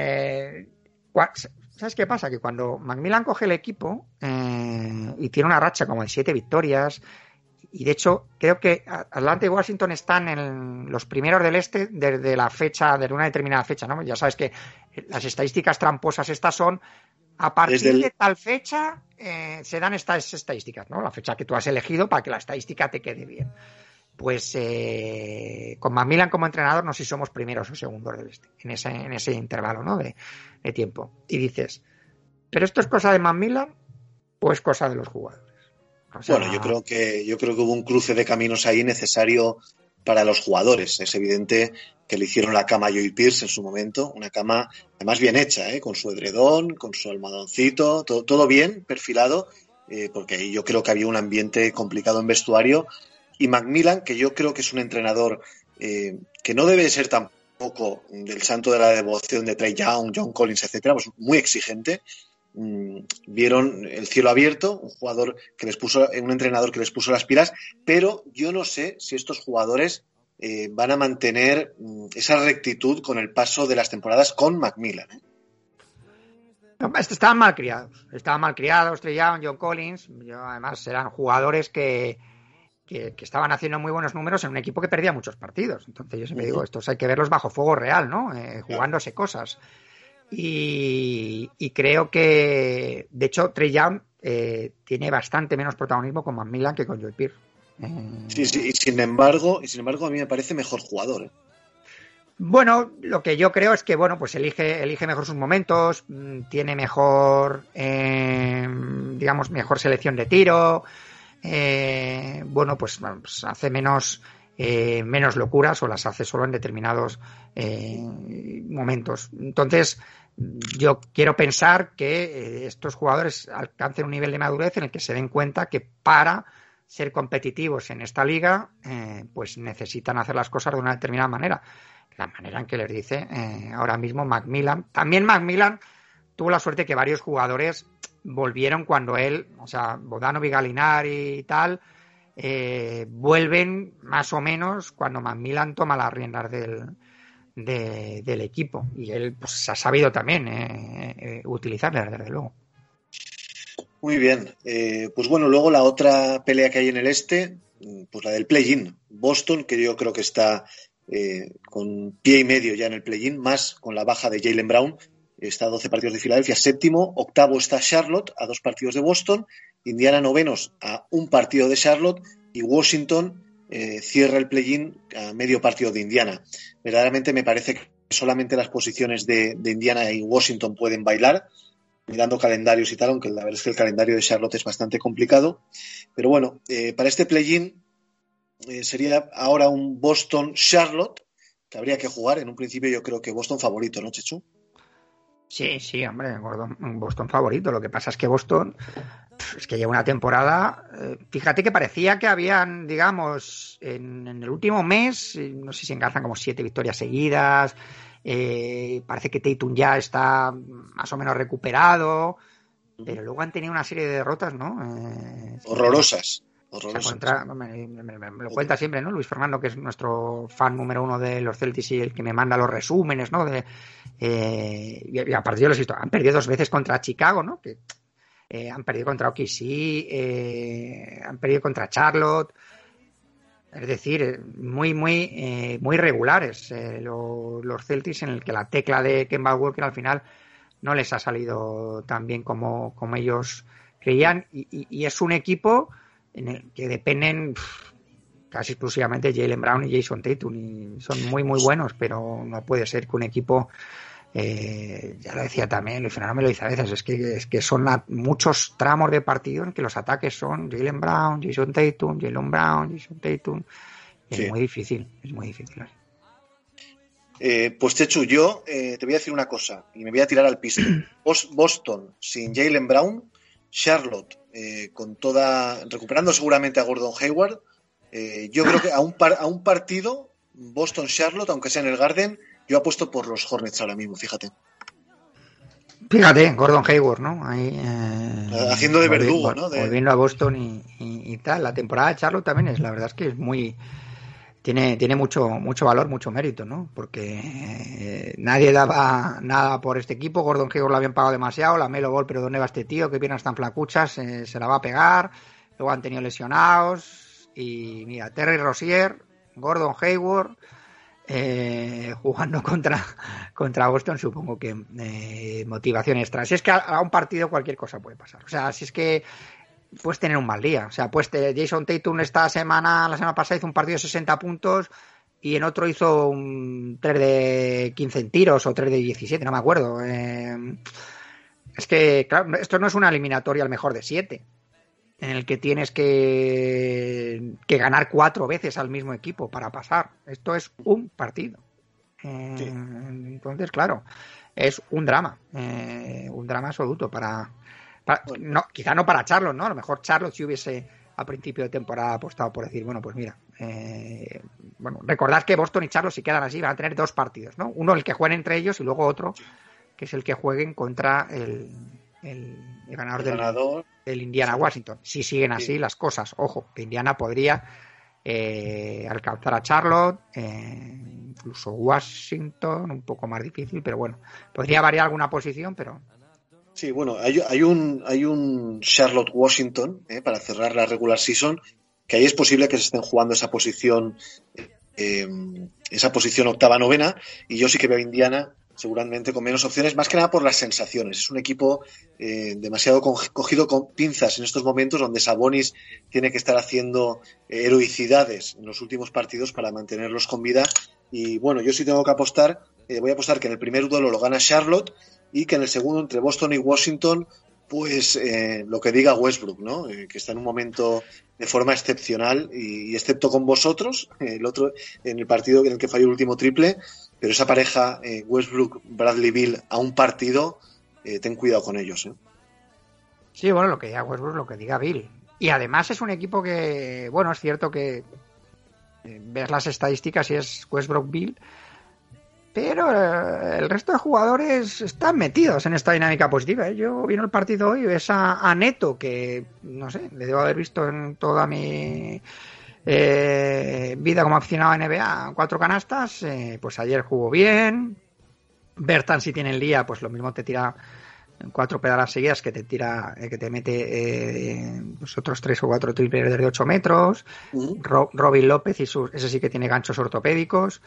Speaker 3: ¿Sabes qué pasa? Que cuando McMillan coge el equipo y tiene una racha como de 7 victorias, y de hecho creo que Atlanta y Washington están en los primeros del este desde la fecha, de una determinada fecha, ¿no? Ya sabes que las estadísticas tramposas estas son a partir de tal fecha se dan estas estadísticas, ¿no? La fecha que tú has elegido para que la estadística te quede bien. Pues con McMillan como entrenador no sé si somos primeros o segundos del este en ese intervalo, ¿no? de tiempo. Y dices, ¿pero esto es cosa de McMillan o es cosa de los jugadores? O sea...
Speaker 4: Bueno, yo creo que hubo un cruce de caminos ahí necesario para los jugadores. Es evidente que le hicieron la cama a Joey Pierce en su momento, una cama además bien hecha, con su edredón, con su almohadoncito, todo bien perfilado, porque ahí yo creo que había un ambiente complicado en vestuario. Y McMillan, que yo creo que es un entrenador que no debe ser tampoco del santo de la devoción de Trae Young, John Collins, etcétera, pues muy exigente. Vieron el cielo abierto, un entrenador que les puso las pilas, pero yo no sé si estos jugadores van a mantener esa rectitud con el paso de las temporadas con McMillan.
Speaker 3: Estaban mal criados, Trae Young, John Collins. Además eran jugadores que estaban haciendo muy buenos números en un equipo que perdía muchos partidos. Entonces yo siempre digo, estos hay que verlos bajo fuego real, ¿no? Jugándose cosas. Y creo que, de hecho, Trae Young tiene bastante menos protagonismo con McMillan que con Joey Pierce.
Speaker 4: Sí, y sin embargo a mí me parece mejor jugador.
Speaker 3: Bueno, lo que yo creo es que, bueno, pues elige mejor sus momentos, tiene mejor, mejor selección de tiro, pues hace menos locuras o las hace solo en determinados momentos. Entonces, yo quiero pensar que estos jugadores alcancen un nivel de madurez en el que se den cuenta que para ser competitivos en esta liga, pues necesitan hacer las cosas de una determinada manera. La manera en que les dice ahora mismo McMillan. También McMillan tuvo la suerte que varios jugadores volvieron cuando él, o sea, Bogdanovic y Gallinari y tal, vuelven más o menos cuando McMillan toma las riendas del equipo, y él pues ha sabido también utilizarlas, desde luego.
Speaker 4: Muy bien, pues bueno, luego la otra pelea que hay en el este, pues la del play-in. Boston, que yo creo que está con pie y medio ya en el play-in, más con la baja de Jaylen Brown, está a 12 partidos de Filadelfia, séptimo. Octavo está Charlotte, a 2 partidos de Boston. Indiana, novenos, a 1 partido de Charlotte. Y Washington cierra el play-in a medio partido de Indiana. Verdaderamente me parece que solamente las posiciones de Indiana y Washington pueden bailar, mirando calendarios y tal, aunque la verdad es que el calendario de Charlotte es bastante complicado. Pero bueno, para este play-in sería ahora un Boston-Charlotte, que habría que jugar. En un principio yo creo que Boston favorito, ¿no, Chechu?
Speaker 3: Sí, hombre, Boston favorito. Lo que pasa es que Boston es que lleva una temporada, fíjate que parecía que habían, digamos, en el último mes, no sé si engarzan como 7 victorias seguidas, parece que Tatum ya está más o menos recuperado, pero luego han tenido una serie de derrotas, ¿no?
Speaker 4: Horrorosas.
Speaker 3: O sea, me lo cuenta siempre, ¿no? Luis Fernando, que es nuestro fan número 1 de los Celtics y el que me manda los resúmenes, ¿no? Y aparte yo los he visto, han perdido 2 veces contra Chicago, ¿no? Que han perdido contra OKC, han perdido contra Charlotte. Es decir, muy regulares los Celtics, en el que la tecla de Kemba Walker al final no les ha salido tan bien como ellos creían, y es un equipo en el que dependen casi exclusivamente de Jaylen Brown y Jason Tatum, y son muy buenos, pero no puede ser que un equipo, ya lo decía también, Luis Fernando me lo dice a veces, es que son muchos tramos de partido en que los ataques son Jaylen Brown, Jason Tatum, Jaylen Brown, Jason Tatum. Es muy difícil.
Speaker 4: Pues Chechu, yo te voy a decir una cosa y me voy a tirar al piso. Boston sin Jaylen Brown, Charlotte recuperando seguramente a Gordon Hayward. Yo creo que a un partido Boston-Charlotte, aunque sea en el Garden, yo apuesto por los Hornets ahora mismo, fíjate.
Speaker 3: Gordon Hayward, ¿no? Ahí,
Speaker 4: haciendo de verdugo, ¿no?
Speaker 3: Volviendo a Boston y tal. La temporada de Charlotte también la verdad es que es muy... Tiene mucho valor, mucho mérito, ¿no? Porque nadie daba nada por este equipo. Gordon Hayward lo habían pagado demasiado. La Melo Ball, pero ¿dónde va este tío? Que piernas tan flacuchas, se la va a pegar. Luego han tenido lesionados. Y mira, Terry Rozier, Gordon Hayward, jugando contra Boston, supongo que motivación extra. Si es que a un partido cualquier cosa puede pasar. O sea, si es que puedes tener un mal día. O sea, Jason Tatum la semana pasada hizo un partido de 60 puntos y en otro hizo un 3 de 15 en tiros o 3 de 17, no me acuerdo. Es que, claro, esto no es una eliminatoria al mejor de 7. en el que tienes que ganar 4 veces al mismo equipo para pasar. Esto es un partido. Sí. Entonces, claro, es un drama absoluto no, quizá no para Charlotte, ¿no? A lo mejor Charlotte, si hubiese a principio de temporada apostado por decir, bueno, pues mira, recordad que Boston y Charlotte, si quedan así, van a tener 2 partidos, ¿no? Uno el que jueguen entre ellos y luego otro que es el que jueguen contra el ganador del Indiana Washington. Si siguen así las cosas, ojo, que Indiana podría alcanzar a Charlotte, incluso Washington, un poco más difícil, pero bueno, podría variar alguna posición, pero...
Speaker 4: Sí, bueno, hay un Charlotte-Washington para cerrar la regular season, que ahí es posible que se estén jugando esa posición octava-novena, y yo sí que veo a Indiana seguramente con menos opciones, más que nada por las sensaciones. Es un equipo demasiado cogido con pinzas en estos momentos, donde Sabonis tiene que estar haciendo heroicidades en los últimos partidos para mantenerlos con vida. Y bueno, yo sí tengo que apostar, voy a apostar que en el primer duelo lo gana Charlotte y que en el segundo, entre Boston y Washington, pues lo que diga Westbrook, ¿no? Que está en un momento de forma excepcional y excepto con vosotros, el otro en el partido en el que falló el último triple, pero esa pareja Westbrook-Bradley Beal a un partido, ten cuidado con ellos, ¿eh?
Speaker 3: Sí, bueno, lo que diga Westbrook, lo que diga Beal. Y además es un equipo que, bueno, es cierto que ves las estadísticas y es Westbrook-Beal, pero el resto de jugadores están metidos en esta dinámica positiva, ¿eh? Yo vi en el partido hoy, ves a Neto, que no sé, le debo haber visto en toda mi vida como aficionado a NBA, 4 canastas, pues ayer jugó bien. Bertan, si tiene el día, pues lo mismo te tira 4 pedalas seguidas que te mete pues otros 3 o 4 triples de 8 metros. Robin López, ese sí que tiene ganchos ortopédicos.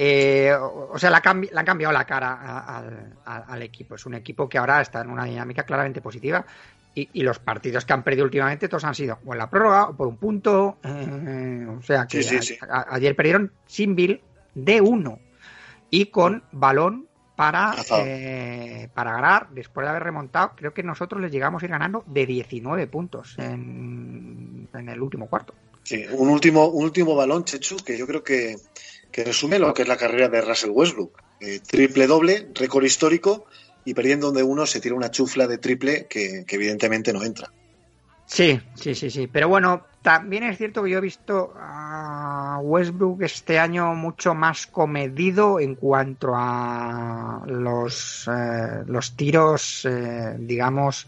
Speaker 3: O sea, le han cambiado la cara al equipo. Es un equipo que ahora está en una dinámica claramente positiva. Y los partidos que han perdido últimamente todos han sido o en la prórroga o por un punto. O sea que sí. Ayer perdieron sin Bill de 1 y con balón para ganar, después de haber remontado. Creo que nosotros les llegamos a ir ganando de 19 puntos en el último cuarto.
Speaker 4: Sí, un último balón, Chechu, que yo creo que resume lo que es la carrera de Russell Westbrook. Triple doble, récord histórico, y perdiendo donde uno se tira una chufla de triple que evidentemente no entra.
Speaker 3: Sí. Pero bueno, también es cierto que yo he visto a Westbrook este año mucho más comedido en cuanto a los tiros, digamos,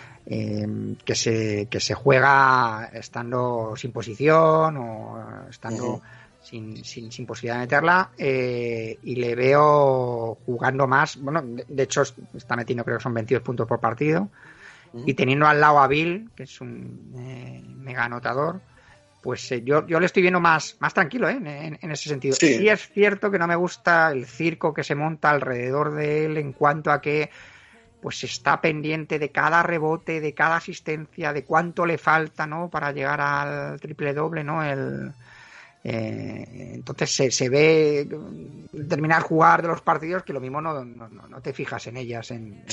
Speaker 3: que se juega estando sin posición o estando sin posibilidad de meterla, y le veo jugando más. Bueno, de hecho está metiendo, creo que son 22 puntos por partido. Y teniendo al lado a Bill, que es un mega anotador, pues yo le estoy viendo más tranquilo, en ese sentido. Sí es cierto que no me gusta el circo que se monta alrededor de él en cuanto a que pues está pendiente de cada rebote, de cada asistencia, de cuánto le falta, ¿no?, para llegar al triple doble, ¿no? Entonces se ve terminar jugar de los partidos que lo mismo no te fijas en ellas en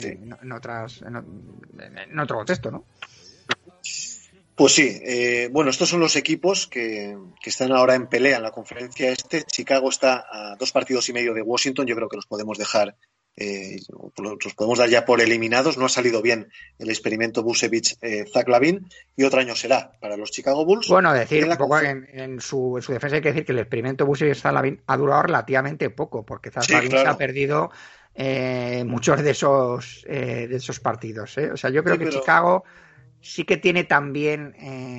Speaker 3: otro contexto, ¿no?
Speaker 4: Pues sí, bueno, estos son los equipos que están ahora en pelea en la conferencia este. Chicago está a 2 partidos y medio de Washington. Yo creo que los podemos dejar, los podemos dar ya por eliminados. No ha salido bien el experimento Vucevic-Zach LaVine, y otro año será para los Chicago Bulls.
Speaker 3: Bueno, decir un poco en su defensa hay que decir que el experimento Vucevic-Zach LaVine ha durado relativamente poco, porque Zach LaVine se ha perdido muchos de esos partidos, ¿eh? O sea, yo creo que Chicago sí que tiene también,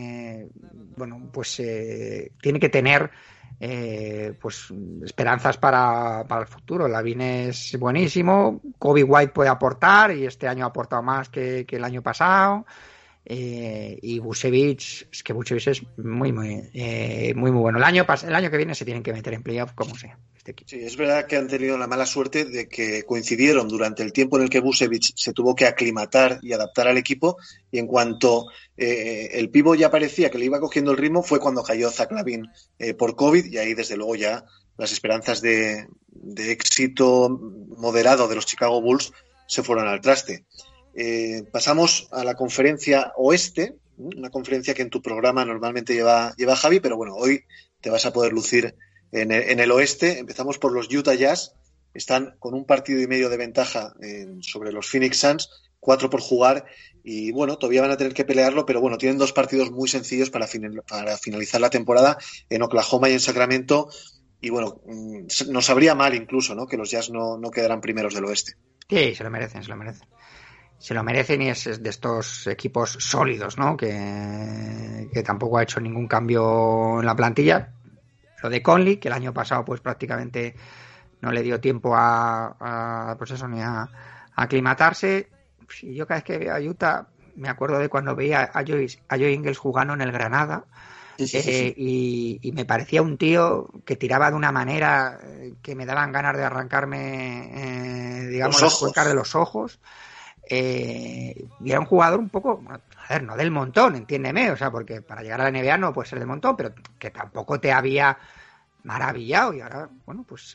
Speaker 3: tiene que tener pues esperanzas para el futuro. LaVine es buenísimo, Kobe White puede aportar y este año ha aportado más que el año pasado, y Vucevic es muy bueno. El año que viene se tienen que meter en playoff como sea. Sí,
Speaker 4: es verdad que han tenido la mala suerte de que coincidieron durante el tiempo en el que Vucevic se tuvo que aclimatar y adaptar al equipo, y en cuanto el pívot ya parecía que le iba cogiendo el ritmo, fue cuando cayó Zach LaVine por COVID, y ahí desde luego ya las esperanzas de éxito moderado de los Chicago Bulls se fueron al traste. Pasamos a la conferencia oeste, una conferencia que en tu programa normalmente lleva Javi, pero bueno, hoy te vas a poder lucir en el oeste. Empezamos por los Utah Jazz, están con un partido y medio de ventaja sobre los Phoenix Suns, 4 por jugar, y bueno, todavía van a tener que pelearlo, pero bueno, tienen 2 partidos muy sencillos para finalizar la temporada en Oklahoma y en Sacramento, y bueno, nos sabría mal incluso, ¿no?, que los Jazz no quedaran primeros del oeste.
Speaker 3: Sí, se lo merecen. Se lo merecen, y es de estos equipos sólidos, ¿no?, que tampoco ha hecho ningún cambio en la plantilla. Lo de Conley, que el año pasado pues prácticamente no le dio tiempo pues eso, ni a aclimatarse. Y yo cada vez que veo a Utah me acuerdo de cuando veía a Joe Ingles jugando en el Granada. Sí. Y me parecía un tío que tiraba de una manera que me daban ganas de arrancarme, digamos, las cuencas de los ojos. Y era un jugador un poco, a ver, no del montón, entiéndeme, o sea, porque para llegar a la NBA no puede ser del montón, pero que tampoco te había maravillado. Y ahora, bueno, pues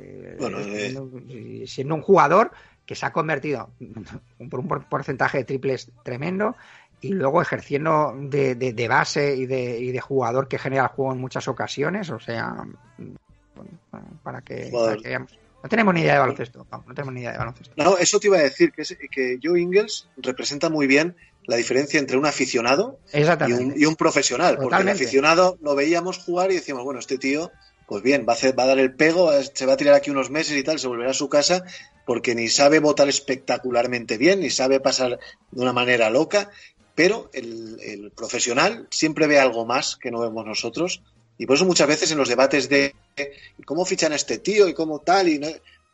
Speaker 3: siendo un jugador que se ha convertido por un porcentaje de triples tremendo, y luego ejerciendo de base y de jugador que genera el juego en muchas ocasiones, o sea, bueno, para que veamos. No tenemos ni idea de baloncesto.
Speaker 4: No, eso te iba a decir, que Joe Ingles representa muy bien la diferencia entre un aficionado y un profesional. Totalmente. Porque el aficionado lo veíamos jugar y decíamos, bueno, este tío, pues bien, va a dar el pego, se va a tirar aquí unos meses y tal, se volverá a su casa, porque ni sabe votar espectacularmente bien, ni sabe pasar de una manera loca, pero el profesional siempre ve algo más que no vemos nosotros. Y por eso muchas veces en los debates de cómo fichan a este tío y cómo tal, y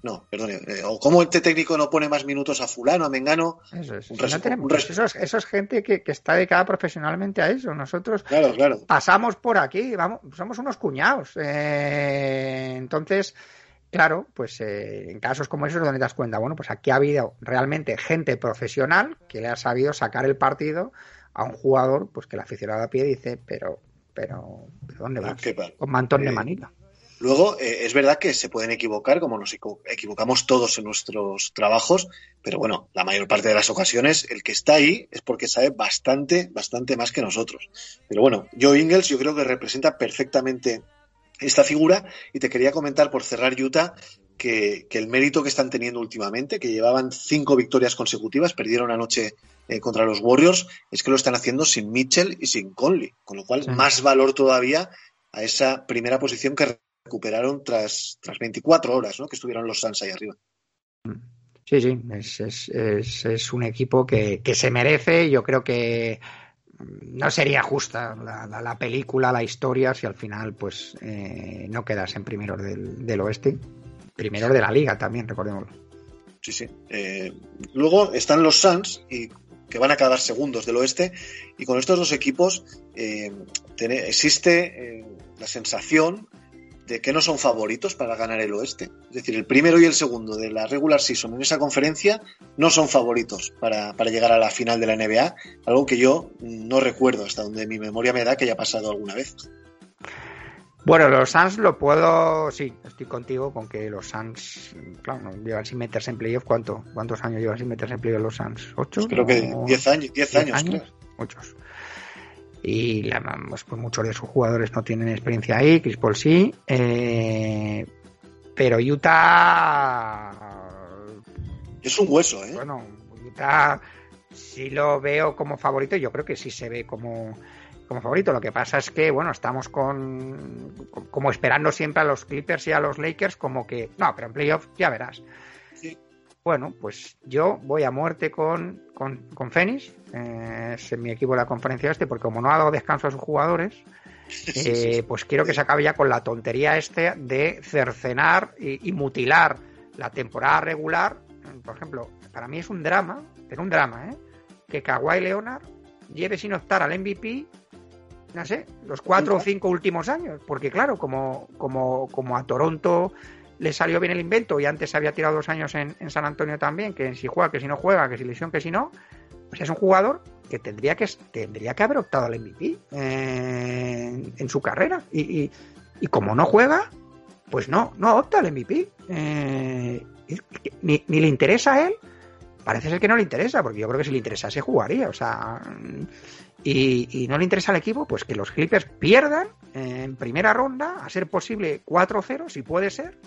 Speaker 4: o cómo este técnico no pone más minutos a fulano, a mengano.
Speaker 3: Eso es. Eso es gente que está dedicada profesionalmente a eso. Nosotros
Speaker 4: claro.
Speaker 3: Pasamos por aquí, vamos, somos unos cuñados. Entonces, claro, pues en casos como esos es donde te das cuenta, bueno, pues aquí ha habido realmente gente profesional que le ha sabido sacar el partido a un jugador, pues que el aficionado a pie dice, pero ¿dónde vas? Con mantón de manita.
Speaker 4: Luego, es verdad que se pueden equivocar, como nos equivocamos todos en nuestros trabajos, pero bueno, la mayor parte de las ocasiones el que está ahí es porque sabe bastante más que nosotros. Pero bueno, Joe Ingles yo creo que representa perfectamente esta figura, y te quería comentar, por cerrar Utah, que el mérito que están teniendo últimamente, que llevaban 5 victorias consecutivas, perdieron anoche contra los Warriors, es que lo están haciendo sin Mitchell y sin Conley, con lo cual más valor todavía a esa primera posición que recuperaron tras 24 horas, ¿no?, que estuvieron los Suns ahí arriba.
Speaker 3: Sí, es un equipo que se merece. Yo creo que no sería justa la película, la historia, si al final pues no quedas en primeros del oeste, primeros de la liga también, recordémoslo.
Speaker 4: Sí. Luego están los Suns, y que van a quedar segundos del oeste, y con estos dos equipos existe la sensación de que no son favoritos para ganar el oeste. Es decir, el primero y el segundo de la regular season en esa conferencia no son favoritos para llegar a la final de la NBA, algo que yo no recuerdo, hasta donde mi memoria me da, que haya pasado alguna vez.
Speaker 3: Bueno, los Suns sí, estoy contigo con que los Suns, claro, no llevan sin meterse en playoff. ¿Cuántos años llevan sin meterse en playoff los Suns? ¿8?
Speaker 4: Creo que 10 años. 10 años.
Speaker 3: 8. Y pues muchos de sus jugadores no tienen experiencia ahí, Chris Paul sí, pero Utah
Speaker 4: es un hueso, ¿eh?
Speaker 3: Bueno, Utah sí lo veo como favorito, yo creo que sí se ve como favorito. Lo que pasa es que, bueno, estamos como esperando siempre a los Clippers y a los Lakers, como que, no, pero en playoff ya verás. Sí. Bueno, pues yo voy a muerte con Phoenix, es mi equipo de la conferencia porque como no ha dado descanso a sus jugadores, pues quiero que se acabe ya con la tontería de cercenar y mutilar la temporada regular. Por ejemplo, para mí es un drama, que Kawhi Leonard lleve sin optar al MVP, no sé, los 4 o 5 últimos años, porque claro, como a Toronto le salió bien el invento y antes había tirado 2 años en San Antonio también, que si juega, que si no juega, que si lesión, que si no, pues es un jugador que tendría que haber optado al MVP en su carrera, y como no juega, pues no opta al MVP, ni le interesa a él parece ser que no le interesa, porque yo creo que si le interesase jugaría, o sea, y no le interesa al equipo, pues que los Clippers pierdan en primera ronda, a ser posible 4-0, si puede ser,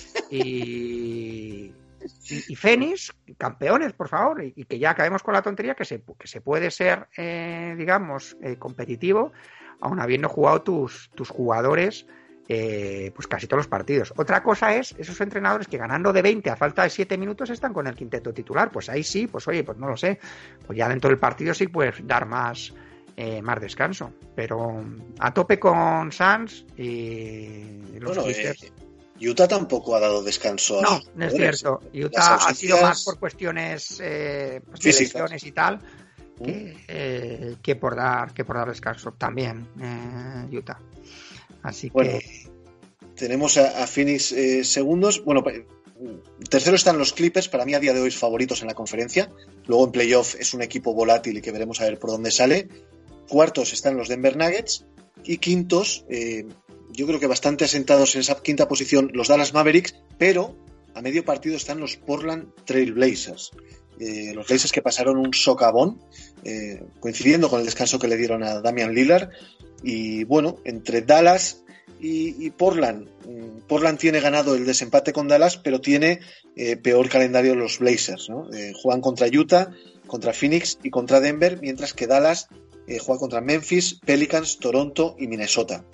Speaker 3: y Phoenix, campeones, por favor, y que ya acabemos con la tontería que se puede ser, digamos, competitivo, aun habiendo jugado tus jugadores pues casi todos los partidos. Otra cosa es esos entrenadores que ganando de 20 a falta de 7 minutos están con el quinteto titular, pues ahí sí, pues oye, pues no lo sé, pues ya dentro del partido sí puedes dar más descanso, pero a tope con Suns y los Clippers.
Speaker 4: Utah tampoco ha dado descanso.
Speaker 3: No es cierto. Utah ha sido más por cuestiones de lesiones y tal que por dar descanso también Utah. Así que
Speaker 4: tenemos a Phoenix segundos. Bueno, tercero están los Clippers, para mí a día de hoy favoritos en la conferencia. Luego en playoff es un equipo volátil y que veremos a ver por dónde sale. Cuartos están los Denver Nuggets y quintos, yo creo que bastante asentados en esa quinta posición, los Dallas Mavericks, pero a medio partido están los Portland Trail Blazers. Los Blazers que pasaron un socavón, coincidiendo con el descanso que le dieron a Damian Lillard. Y bueno, entre Dallas y Portland tiene ganado el desempate con Dallas, pero tiene peor calendario los Blazers, ¿no? Juegan contra Utah, contra Phoenix y contra Denver, mientras que Dallas juega contra Memphis, Pelicans, Toronto y Minnesota.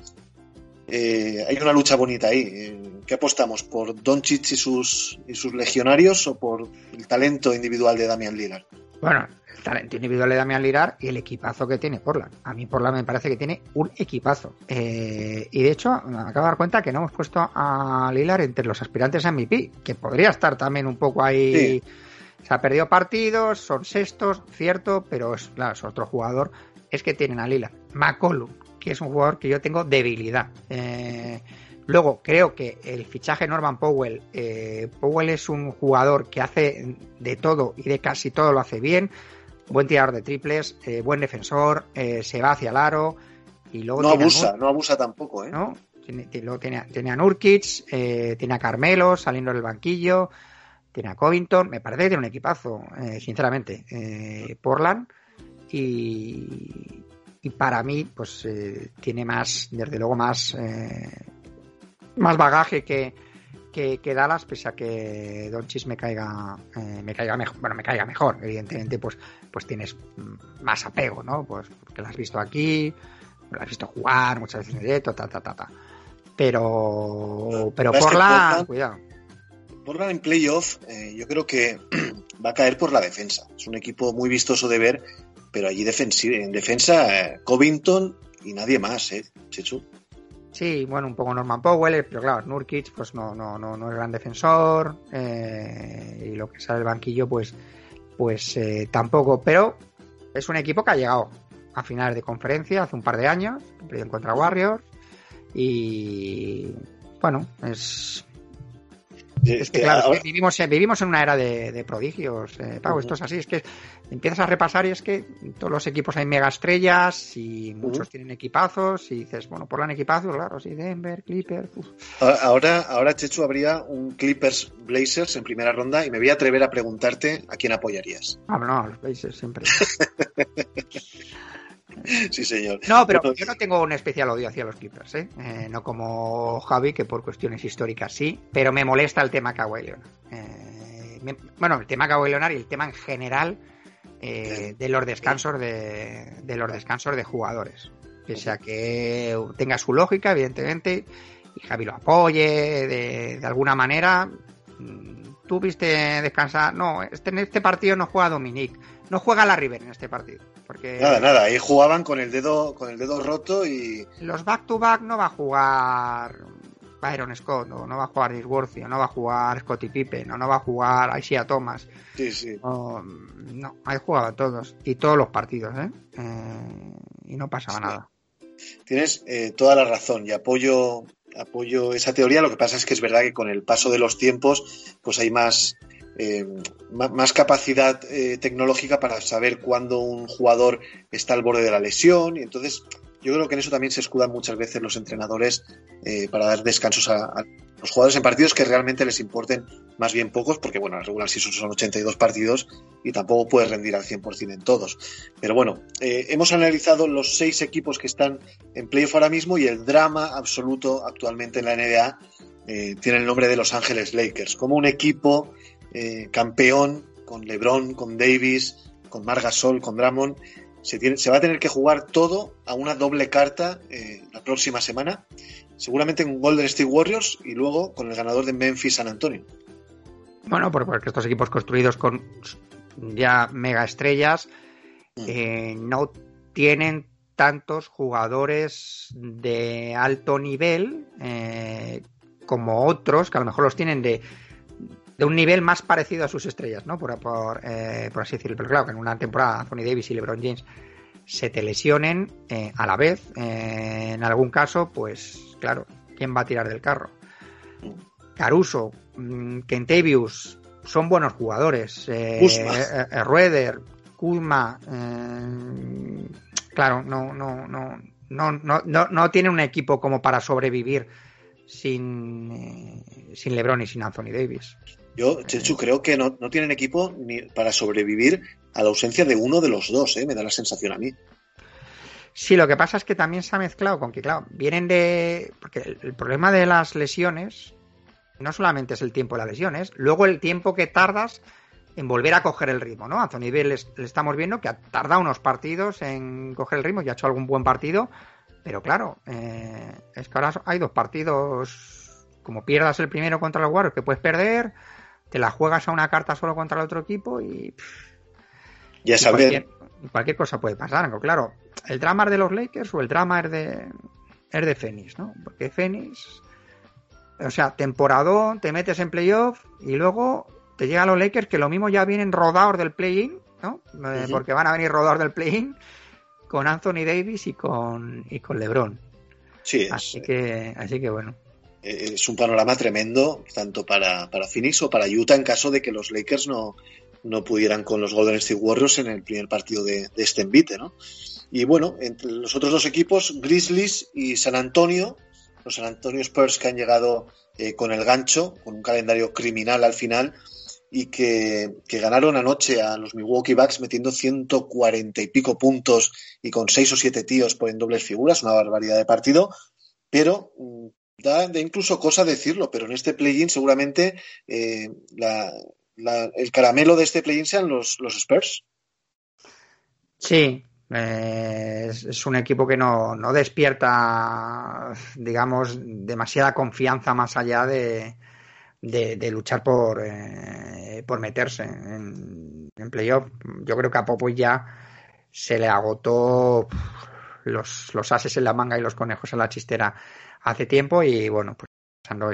Speaker 4: Hay una lucha bonita ahí. ¿Qué apostamos? ¿Por Doncic y sus legionarios o por el talento individual de Damian Lillard?
Speaker 3: Bueno, el talento individual de Damian Lillard y el equipazo que tiene Portland. A mí Portland me parece que tiene un equipazo. Y de hecho, me acabo de dar cuenta que no hemos puesto a Lillard entre los aspirantes a MVP, que podría estar también un poco ahí. Sí. Se ha perdido partidos, son sextos, cierto, pero claro, es otro jugador. Es que tienen a Lillard. McCollum, que es un jugador que yo tengo debilidad. Luego, creo que el fichaje Norman Powell, Powell es un jugador que hace de todo y de casi todo lo hace bien, buen tirador de triples, buen defensor, se va hacia el aro y luego
Speaker 4: no abusa tampoco,
Speaker 3: ¿no? Tiene a Nurkic, tiene a Carmelo saliendo del banquillo, tiene a Covington, me parece que tiene un equipazo, sinceramente, Portland, y para mí pues tiene más, desde luego más bagaje que Dallas, pese a que Doncic me caiga mejor, evidentemente pues tienes más apego, ¿no? Pues porque lo has visto aquí, lo has visto jugar muchas veces en directo, pero Portland, cuidado.
Speaker 4: Portland en playoff yo creo que va a caer por la defensa. Es un equipo muy vistoso de ver, pero allí en defensa Covington y nadie más, Chechu.
Speaker 3: Sí, bueno, un poco Norman Powell, pero claro, Nurkic pues no es gran defensor, y lo que sale del banquillo pues tampoco, pero es un equipo que ha llegado a finales de conferencia hace un par de años, perdió contra Warriors, y bueno, es que claro, ahora... vivimos en una era de prodigios, Pau, esto es así, es que empiezas a repasar y es que todos los equipos hay mega estrellas y muchos tienen equipazos y dices, bueno, por la equipazo, claro, sí, Denver, Clippers.
Speaker 4: Ahora, Chechu, habría un Clippers Blazers en primera ronda y me voy a atrever a preguntarte a quién apoyarías.
Speaker 3: No, los Blazers siempre.
Speaker 4: Sí, señor.
Speaker 3: No, pero yo no tengo un especial odio hacia los Clippers, no como Javi, que por cuestiones históricas sí, pero me molesta el tema Kawhi Leonard. El tema Kawhi Leonard y el tema en general de los descansos de jugadores, pese a que tenga su lógica, evidentemente, y Javi lo apoye de alguna manera. Tú viste descansar, no, en este partido no juega Dominique, no juega la River en este partido. Porque
Speaker 4: nada, ahí jugaban con el dedo roto y...
Speaker 3: Los back-to-back no va a jugar Byron Scott, no va a jugar Disworthy, no va a jugar Scottie Pippen, no va a jugar Isaiah Thomas.
Speaker 4: Sí.
Speaker 3: No, ahí jugaban todos, y todos los partidos, y no pasaba nada. Tienes
Speaker 4: toda la razón y apoyo esa teoría. Lo que pasa es que es verdad que con el paso de los tiempos pues hay más capacidad tecnológica para saber cuándo un jugador está al borde de la lesión, y entonces yo creo que en eso también se escudan muchas veces los entrenadores para dar descansos a los jugadores en partidos que realmente les importen más bien pocos, porque bueno, la regular season son 82 partidos y tampoco puedes rendir al 100% en todos. Pero bueno, hemos analizado los 6 equipos que están en playoff ahora mismo y el drama absoluto actualmente en la NBA tiene el nombre de Los Ángeles Lakers, como un equipo campeón con LeBron, con Davis, con Marc Gasol, con Drummond. Se va a tener que jugar todo a una doble carta la próxima semana, seguramente con Golden State Warriors y luego con el ganador de Memphis San Antonio.
Speaker 3: Bueno, porque estos equipos construidos con ya mega estrellas no tienen tantos jugadores de alto nivel como otros que a lo mejor los tienen de un nivel más parecido a sus estrellas, ¿no? Por así decirlo. Pero claro, que en una temporada Anthony Davis y LeBron James se te lesionen a la vez, en algún caso, pues claro, ¿quién va a tirar del carro? Caruso, Kentavious, son buenos jugadores. Rueder, Kuzma, claro, no tiene un equipo como para sobrevivir sin LeBron y sin Anthony Davis.
Speaker 4: Yo, Chechu, creo que no tienen equipo ni para sobrevivir a la ausencia de uno de los dos, me da la sensación a mí.
Speaker 3: Sí, lo que pasa es que también se ha mezclado con que, claro, vienen de... Porque el problema de las lesiones no solamente es el tiempo de las lesiones, luego el tiempo que tardas en volver a coger el ritmo, ¿no? Anthony Davis le estamos viendo que ha tardado unos partidos en coger el ritmo y ha hecho algún buen partido, pero claro, es que ahora hay 2 partidos, como pierdas el primero contra los Warriors, que puedes perder, te la juegas a una carta solo contra el otro equipo y...
Speaker 4: Ya sabes.
Speaker 3: Cualquier cosa puede pasar, ¿no? Claro, el drama es de los Lakers o el drama es de Phoenix, ¿no? Porque Phoenix, o sea, temporadón, te metes en playoff y luego te llegan los Lakers que lo mismo ya vienen rodados del play-in, ¿no? Porque van a venir rodados del play-in con Anthony Davis y con LeBron.
Speaker 4: Sí,
Speaker 3: así que bueno.
Speaker 4: Es un panorama tremendo, tanto para Phoenix o para Utah en caso de que los Lakers no pudieran con los Golden State Warriors en el primer partido de este envite, ¿no? Y bueno, entre los otros 2 equipos, Grizzlies y San Antonio, los San Antonio Spurs que han llegado con el gancho, con un calendario criminal al final, y que ganaron anoche a los Milwaukee Bucks metiendo 140 y pico puntos y con 6 o 7 tíos en dobles figuras, una barbaridad de partido, pero da incluso cosa decirlo, pero en este play-in seguramente el caramelo de este play-in sean los Spurs.
Speaker 3: Sí, es un equipo que no despierta, digamos, demasiada confianza más allá de luchar por meterse en playoff. Yo creo que a Popovic ya se le agotó los ases en la manga y los conejos en la chistera hace tiempo y bueno, pues pasando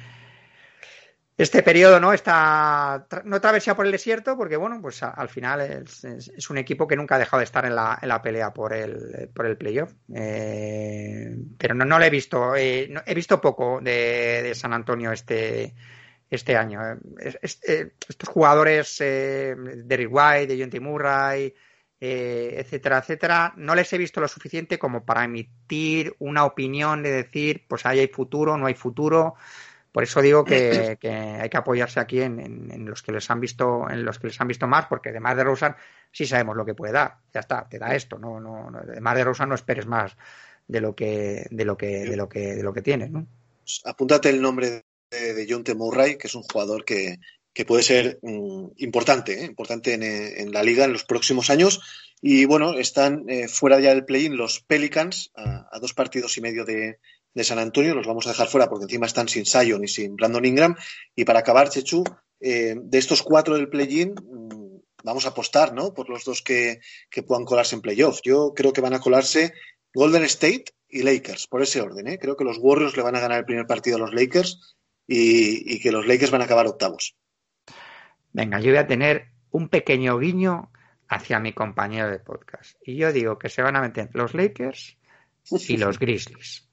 Speaker 3: este periodo, ¿no? No travesía por el desierto, porque bueno, pues al final es un equipo que nunca ha dejado de estar en la pelea por el playoff. Pero no lo he visto. He visto poco de San Antonio este año. Estos jugadores, Derrick White, DeJounte Murray, etcétera, etcétera, no les he visto lo suficiente como para emitir una opinión de decir, pues ahí hay futuro, no hay futuro. Por eso digo que hay que apoyarse aquí en los que les han visto, más, porque además de DeRozan sí sabemos lo que puede dar. Ya está, te da esto, no además de DeRozan no esperes más de lo que tienes, ¿no?
Speaker 4: Apúntate el nombre de DeJounte Murray, que es un jugador que puede ser importante en la liga en los próximos años. Y bueno, están fuera ya del play-in los Pelicans a 2 partidos y medio de San Antonio, los vamos a dejar fuera porque encima están sin Zion y sin Brandon Ingram. Y para acabar, Chechu, de estos 4 del play-in, vamos a apostar, ¿no?, por los 2 que puedan colarse en playoff. Yo creo que van a colarse Golden State y Lakers, por ese orden, Creo que los Warriors le van a ganar el primer partido a los Lakers y que los Lakers van a acabar octavos.
Speaker 3: Venga, yo voy a tener un pequeño guiño hacia mi compañero de podcast. Y yo digo que se van a meter los Lakers y los Grizzlies.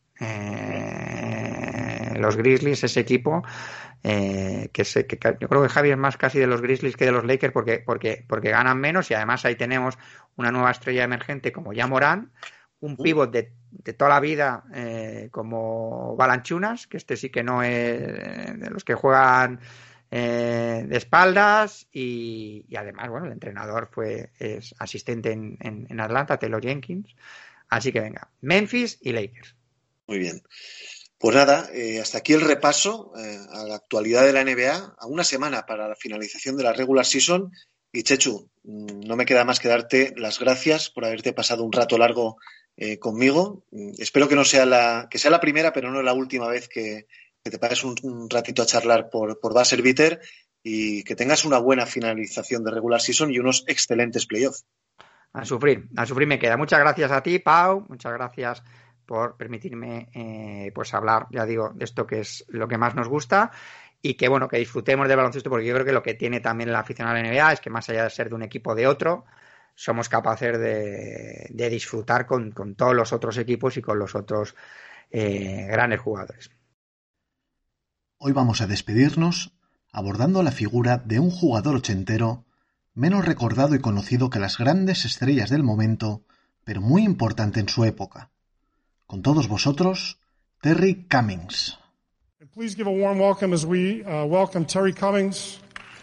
Speaker 3: Los Grizzlies, ese equipo que yo creo que Javi es más casi de los Grizzlies que de los Lakers porque ganan menos y además ahí tenemos una nueva estrella emergente como Ja Morant, un pívot de de toda la vida como Balanchunas, que este sí que no es de los que juegan de espaldas, y además, bueno, el entrenador es asistente en Atlanta, Taylor Jenkins. Así que venga, Memphis y Lakers.
Speaker 4: Muy bien. Pues nada, hasta aquí el repaso a la actualidad de la NBA, a una semana para la finalización de la regular season. Y Chechu, no me queda más que darte las gracias por haberte pasado un rato largo conmigo. Espero que no sea que sea la primera, pero no la última vez que te pases un ratito a charlar por Buzzer Beater, y que tengas una buena finalización de regular season y unos excelentes playoffs.
Speaker 3: A sufrir me queda. Muchas gracias a ti, Pau. Muchas gracias por permitirme pues hablar, ya digo, de esto que es lo que más nos gusta, y que bueno, que disfrutemos del baloncesto, porque yo creo que lo que tiene también la afición a la NBA es que más allá de ser de un equipo o de otro, somos capaces de disfrutar con todos los otros equipos y con los otros grandes jugadores.
Speaker 2: Hoy vamos a despedirnos abordando la figura de un jugador ochentero menos recordado y conocido que las grandes estrellas del momento, pero muy importante en su época. Con todos vosotros, Terry Cummings.
Speaker 6: Please give a warm welcome as we welcome Terry Cummings.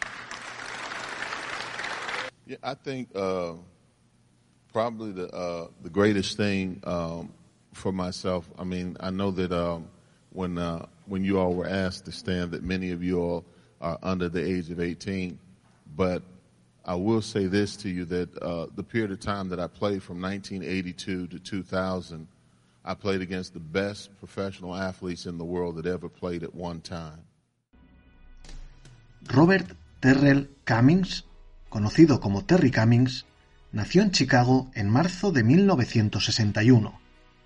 Speaker 7: Yeah, I think probably the greatest thing for myself. I mean, I know that when you all were asked to stand, that many of you all are under the age of 18, but I will say this to you, that the period of time that I played from 1982 to 2000, I played against the best professional athletes in the world that ever played at one time.
Speaker 2: Robert Terrell Cummings, conocido como Terry Cummings, nació en Chicago en marzo de 1961.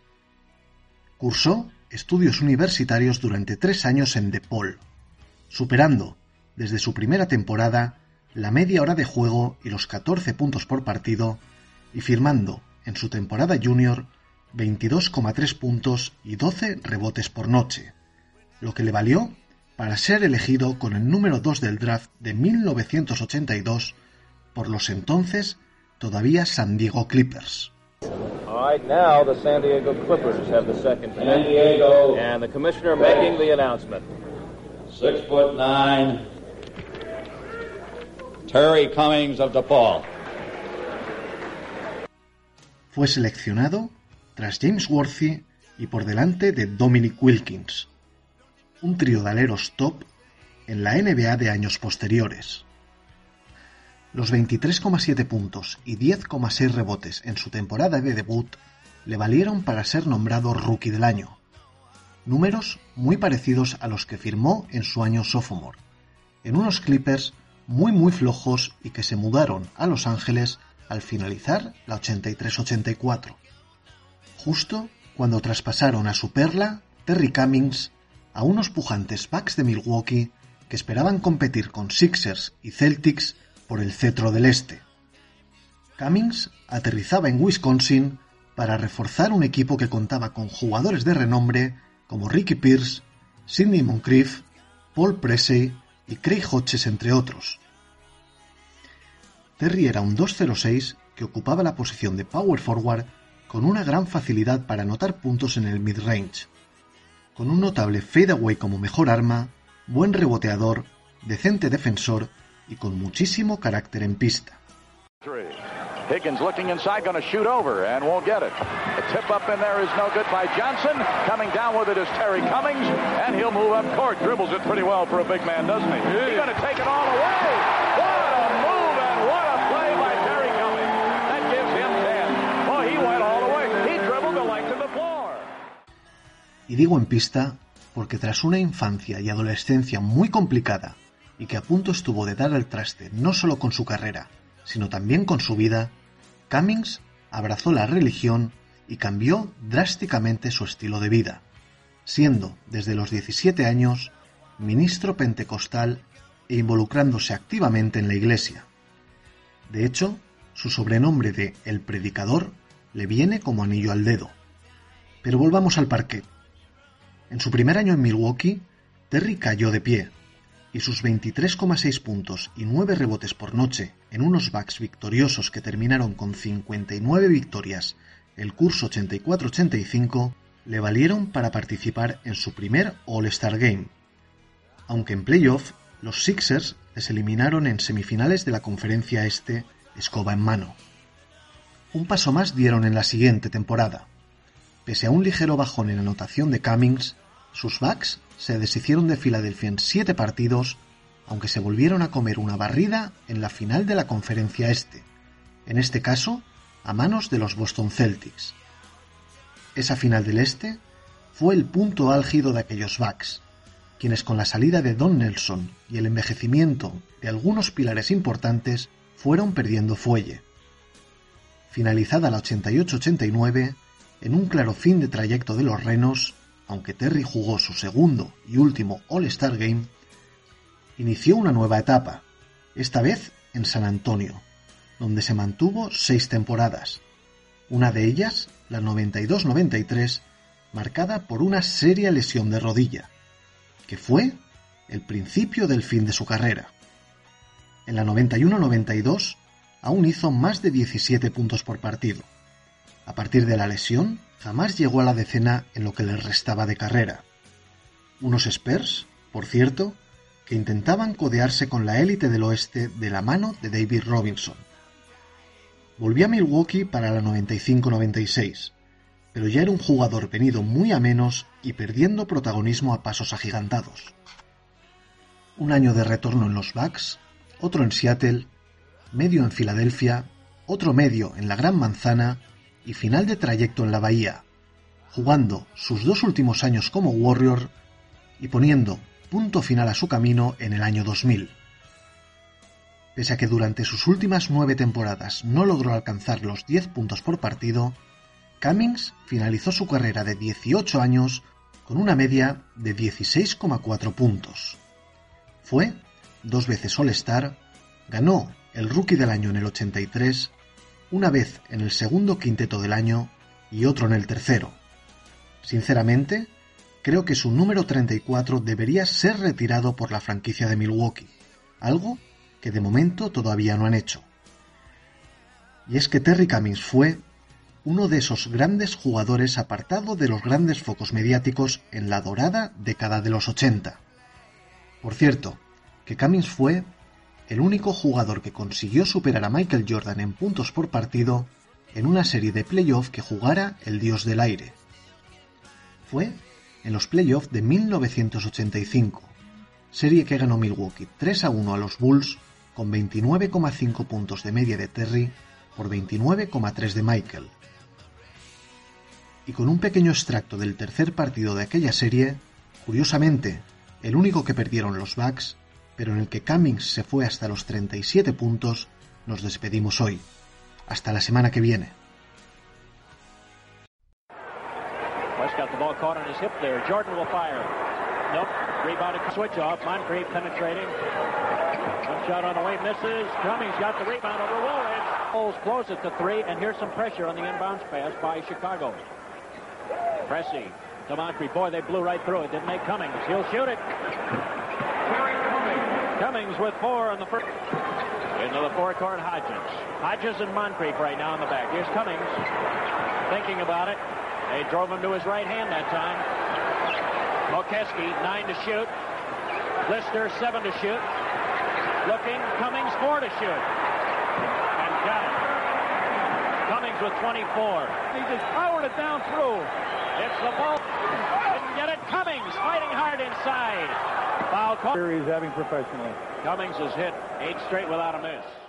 Speaker 2: Cursó estudios universitarios durante 3 años en DePaul, superando desde su primera temporada la media hora de juego y los 14 puntos por partido, y firmando en su temporada junior 22,3 puntos y 12 rebotes por noche, lo que le valió para ser elegido con el número 2 del draft de 1982 por los entonces todavía San Diego Clippers.
Speaker 8: All right, now the San Diego Clippers have the second pick. San Diego. And the commissioner making the announcement.
Speaker 9: 6'9", Terry Cummings of DePaul.
Speaker 2: Fue seleccionado tras James Worthy y por delante de Dominic Wilkins, un trío de aleros top en la NBA de años posteriores. Los 23,7 puntos y 10,6 rebotes en su temporada de debut le valieron para ser nombrado Rookie del Año, números muy parecidos a los que firmó en su año sophomore, en unos Clippers muy flojos y que se mudaron a Los Ángeles al finalizar la 83-84. Justo cuando traspasaron a su perla, Terry Cummings, a unos pujantes Bucks de Milwaukee que esperaban competir con Sixers y Celtics por el cetro del este. Cummings aterrizaba en Wisconsin para reforzar un equipo que contaba con jugadores de renombre como Ricky Pierce, Sidney Moncrief, Paul Pressey y Craig Hodges, entre otros. Terry era un 2'06" que ocupaba la posición de power forward con una gran facilidad para anotar puntos en el mid-range, con un notable fadeaway como mejor arma, buen reboteador, decente defensor y con muchísimo carácter en pista.
Speaker 1: Higgins looking inside, going to shoot over and won't get it. The tip up in there is no good by Johnson. Coming down with it is Terry Cummings, and he'll move up court. Dribbles it pretty well for a big man, doesn't he? He's going to take it all away. What a move and what a play by Terry Cummings. That gives him 10. Oh, he went all the way. He dribbled the length of the floor.
Speaker 2: Y digo en pista porque tras una infancia y adolescencia muy complicada y que a punto estuvo de dar al traste no solo con su carrera, sino también con su vida, Cummings abrazó la religión y cambió drásticamente su estilo de vida, siendo desde los 17 años ministro pentecostal e involucrándose activamente en la iglesia. De hecho, su sobrenombre de El Predicador le viene como anillo al dedo. Pero volvamos al parquet. En su primer año en Milwaukee, Terry cayó de pie, y sus 23,6 puntos y 9 rebotes por noche en unos Bucks victoriosos que terminaron con 59 victorias el curso 84-85 le valieron para participar en su primer All-Star Game, aunque en playoff los Sixers les eliminaron en semifinales de la Conferencia Este, escoba en mano. Un paso más dieron en la siguiente temporada. Pese a un ligero bajón en anotación de Cummings, sus Bucks se deshicieron de Filadelfia en 7 partidos, aunque se volvieron a comer una barrida en la final de la Conferencia Este, en este caso a manos de los Boston Celtics. Esa final del Este fue el punto álgido de aquellos Bucks, quienes con la salida de Don Nelson y el envejecimiento de algunos pilares importantes fueron perdiendo fuelle. Finalizada la 88-89, en un claro fin de trayecto de los renos, aunque Terry jugó su segundo y último All-Star Game, inició una nueva etapa, esta vez en San Antonio, donde se mantuvo 6 temporadas, una de ellas, la 92-93, marcada por una seria lesión de rodilla, que fue el principio del fin de su carrera. En la 91-92 aún hizo más de 17 puntos por partido. A partir de la lesión, jamás llegó a la decena en lo que le restaba de carrera. Unos Spurs, por cierto, que intentaban codearse con la élite del oeste de la mano de David Robinson. Volvió a Milwaukee para la 95-96, pero ya era un jugador venido muy a menos y perdiendo protagonismo a pasos agigantados. Un año de retorno en los Bucks, otro en Seattle, medio en Filadelfia, otro medio en la Gran Manzana y final de trayecto en la Bahía, jugando sus 2 últimos años como Warrior y poniendo punto final a su camino en el año 2000. Pese a que durante sus últimas 9 temporadas no logró alcanzar los 10 puntos por partido, Cummings finalizó su carrera de 18 años con una media de 16,4 puntos. Fue 2 veces All-Star, ganó el Rookie del Año en el 83, una vez en el segundo quinteto del año y otro en el tercero. Sinceramente, creo que su número 34 debería ser retirado por la franquicia de Milwaukee, algo que de momento todavía no han hecho. Y es que Terry Cummings fue uno de esos grandes jugadores apartado de los grandes focos mediáticos en la dorada década de los 80. Por cierto, que Cummings fue el único jugador que consiguió superar a Michael Jordan en puntos por partido en una serie de playoff que jugara el dios del aire. Fue en los playoffs de 1985, serie que ganó Milwaukee 3-1 a los Bulls con 29,5 puntos de media de Terry por 29,3 de Michael. Y con un pequeño extracto del tercer partido de aquella serie, curiosamente, el único que perdieron los Bucks, pero en el que Cummings se fue hasta los 37 puntos, nos despedimos hoy. Hasta la semana que viene.
Speaker 8: West got the ball caught on his hip there. Jordan will fire. Nope. Rebounded switch off. Moncrief penetrating. One shot on the way, misses. Cummings got the rebound over Woolridge. Bulls close it to 3, and here's some pressure on the inbounds pass by Chicago. Pressey to Moncrief. Boy, they blew right through it. Didn't make Cummings. He'll shoot it. Cummings with 4 on the first. Into the forecourt, Hodges. Hodges and Moncrief right now in the back. Here's Cummings thinking about it. They drove him to his right hand that time. Mokeski, 9 to shoot. Lister, 7 to shoot. Looking, Cummings, 4 to shoot. And got it. Cummings with 24. He just powered it down through. It's the ball. Didn't get it. Cummings fighting hard inside. Foul call.
Speaker 9: He's having professionally.
Speaker 8: Cummings has hit 8 straight without a miss.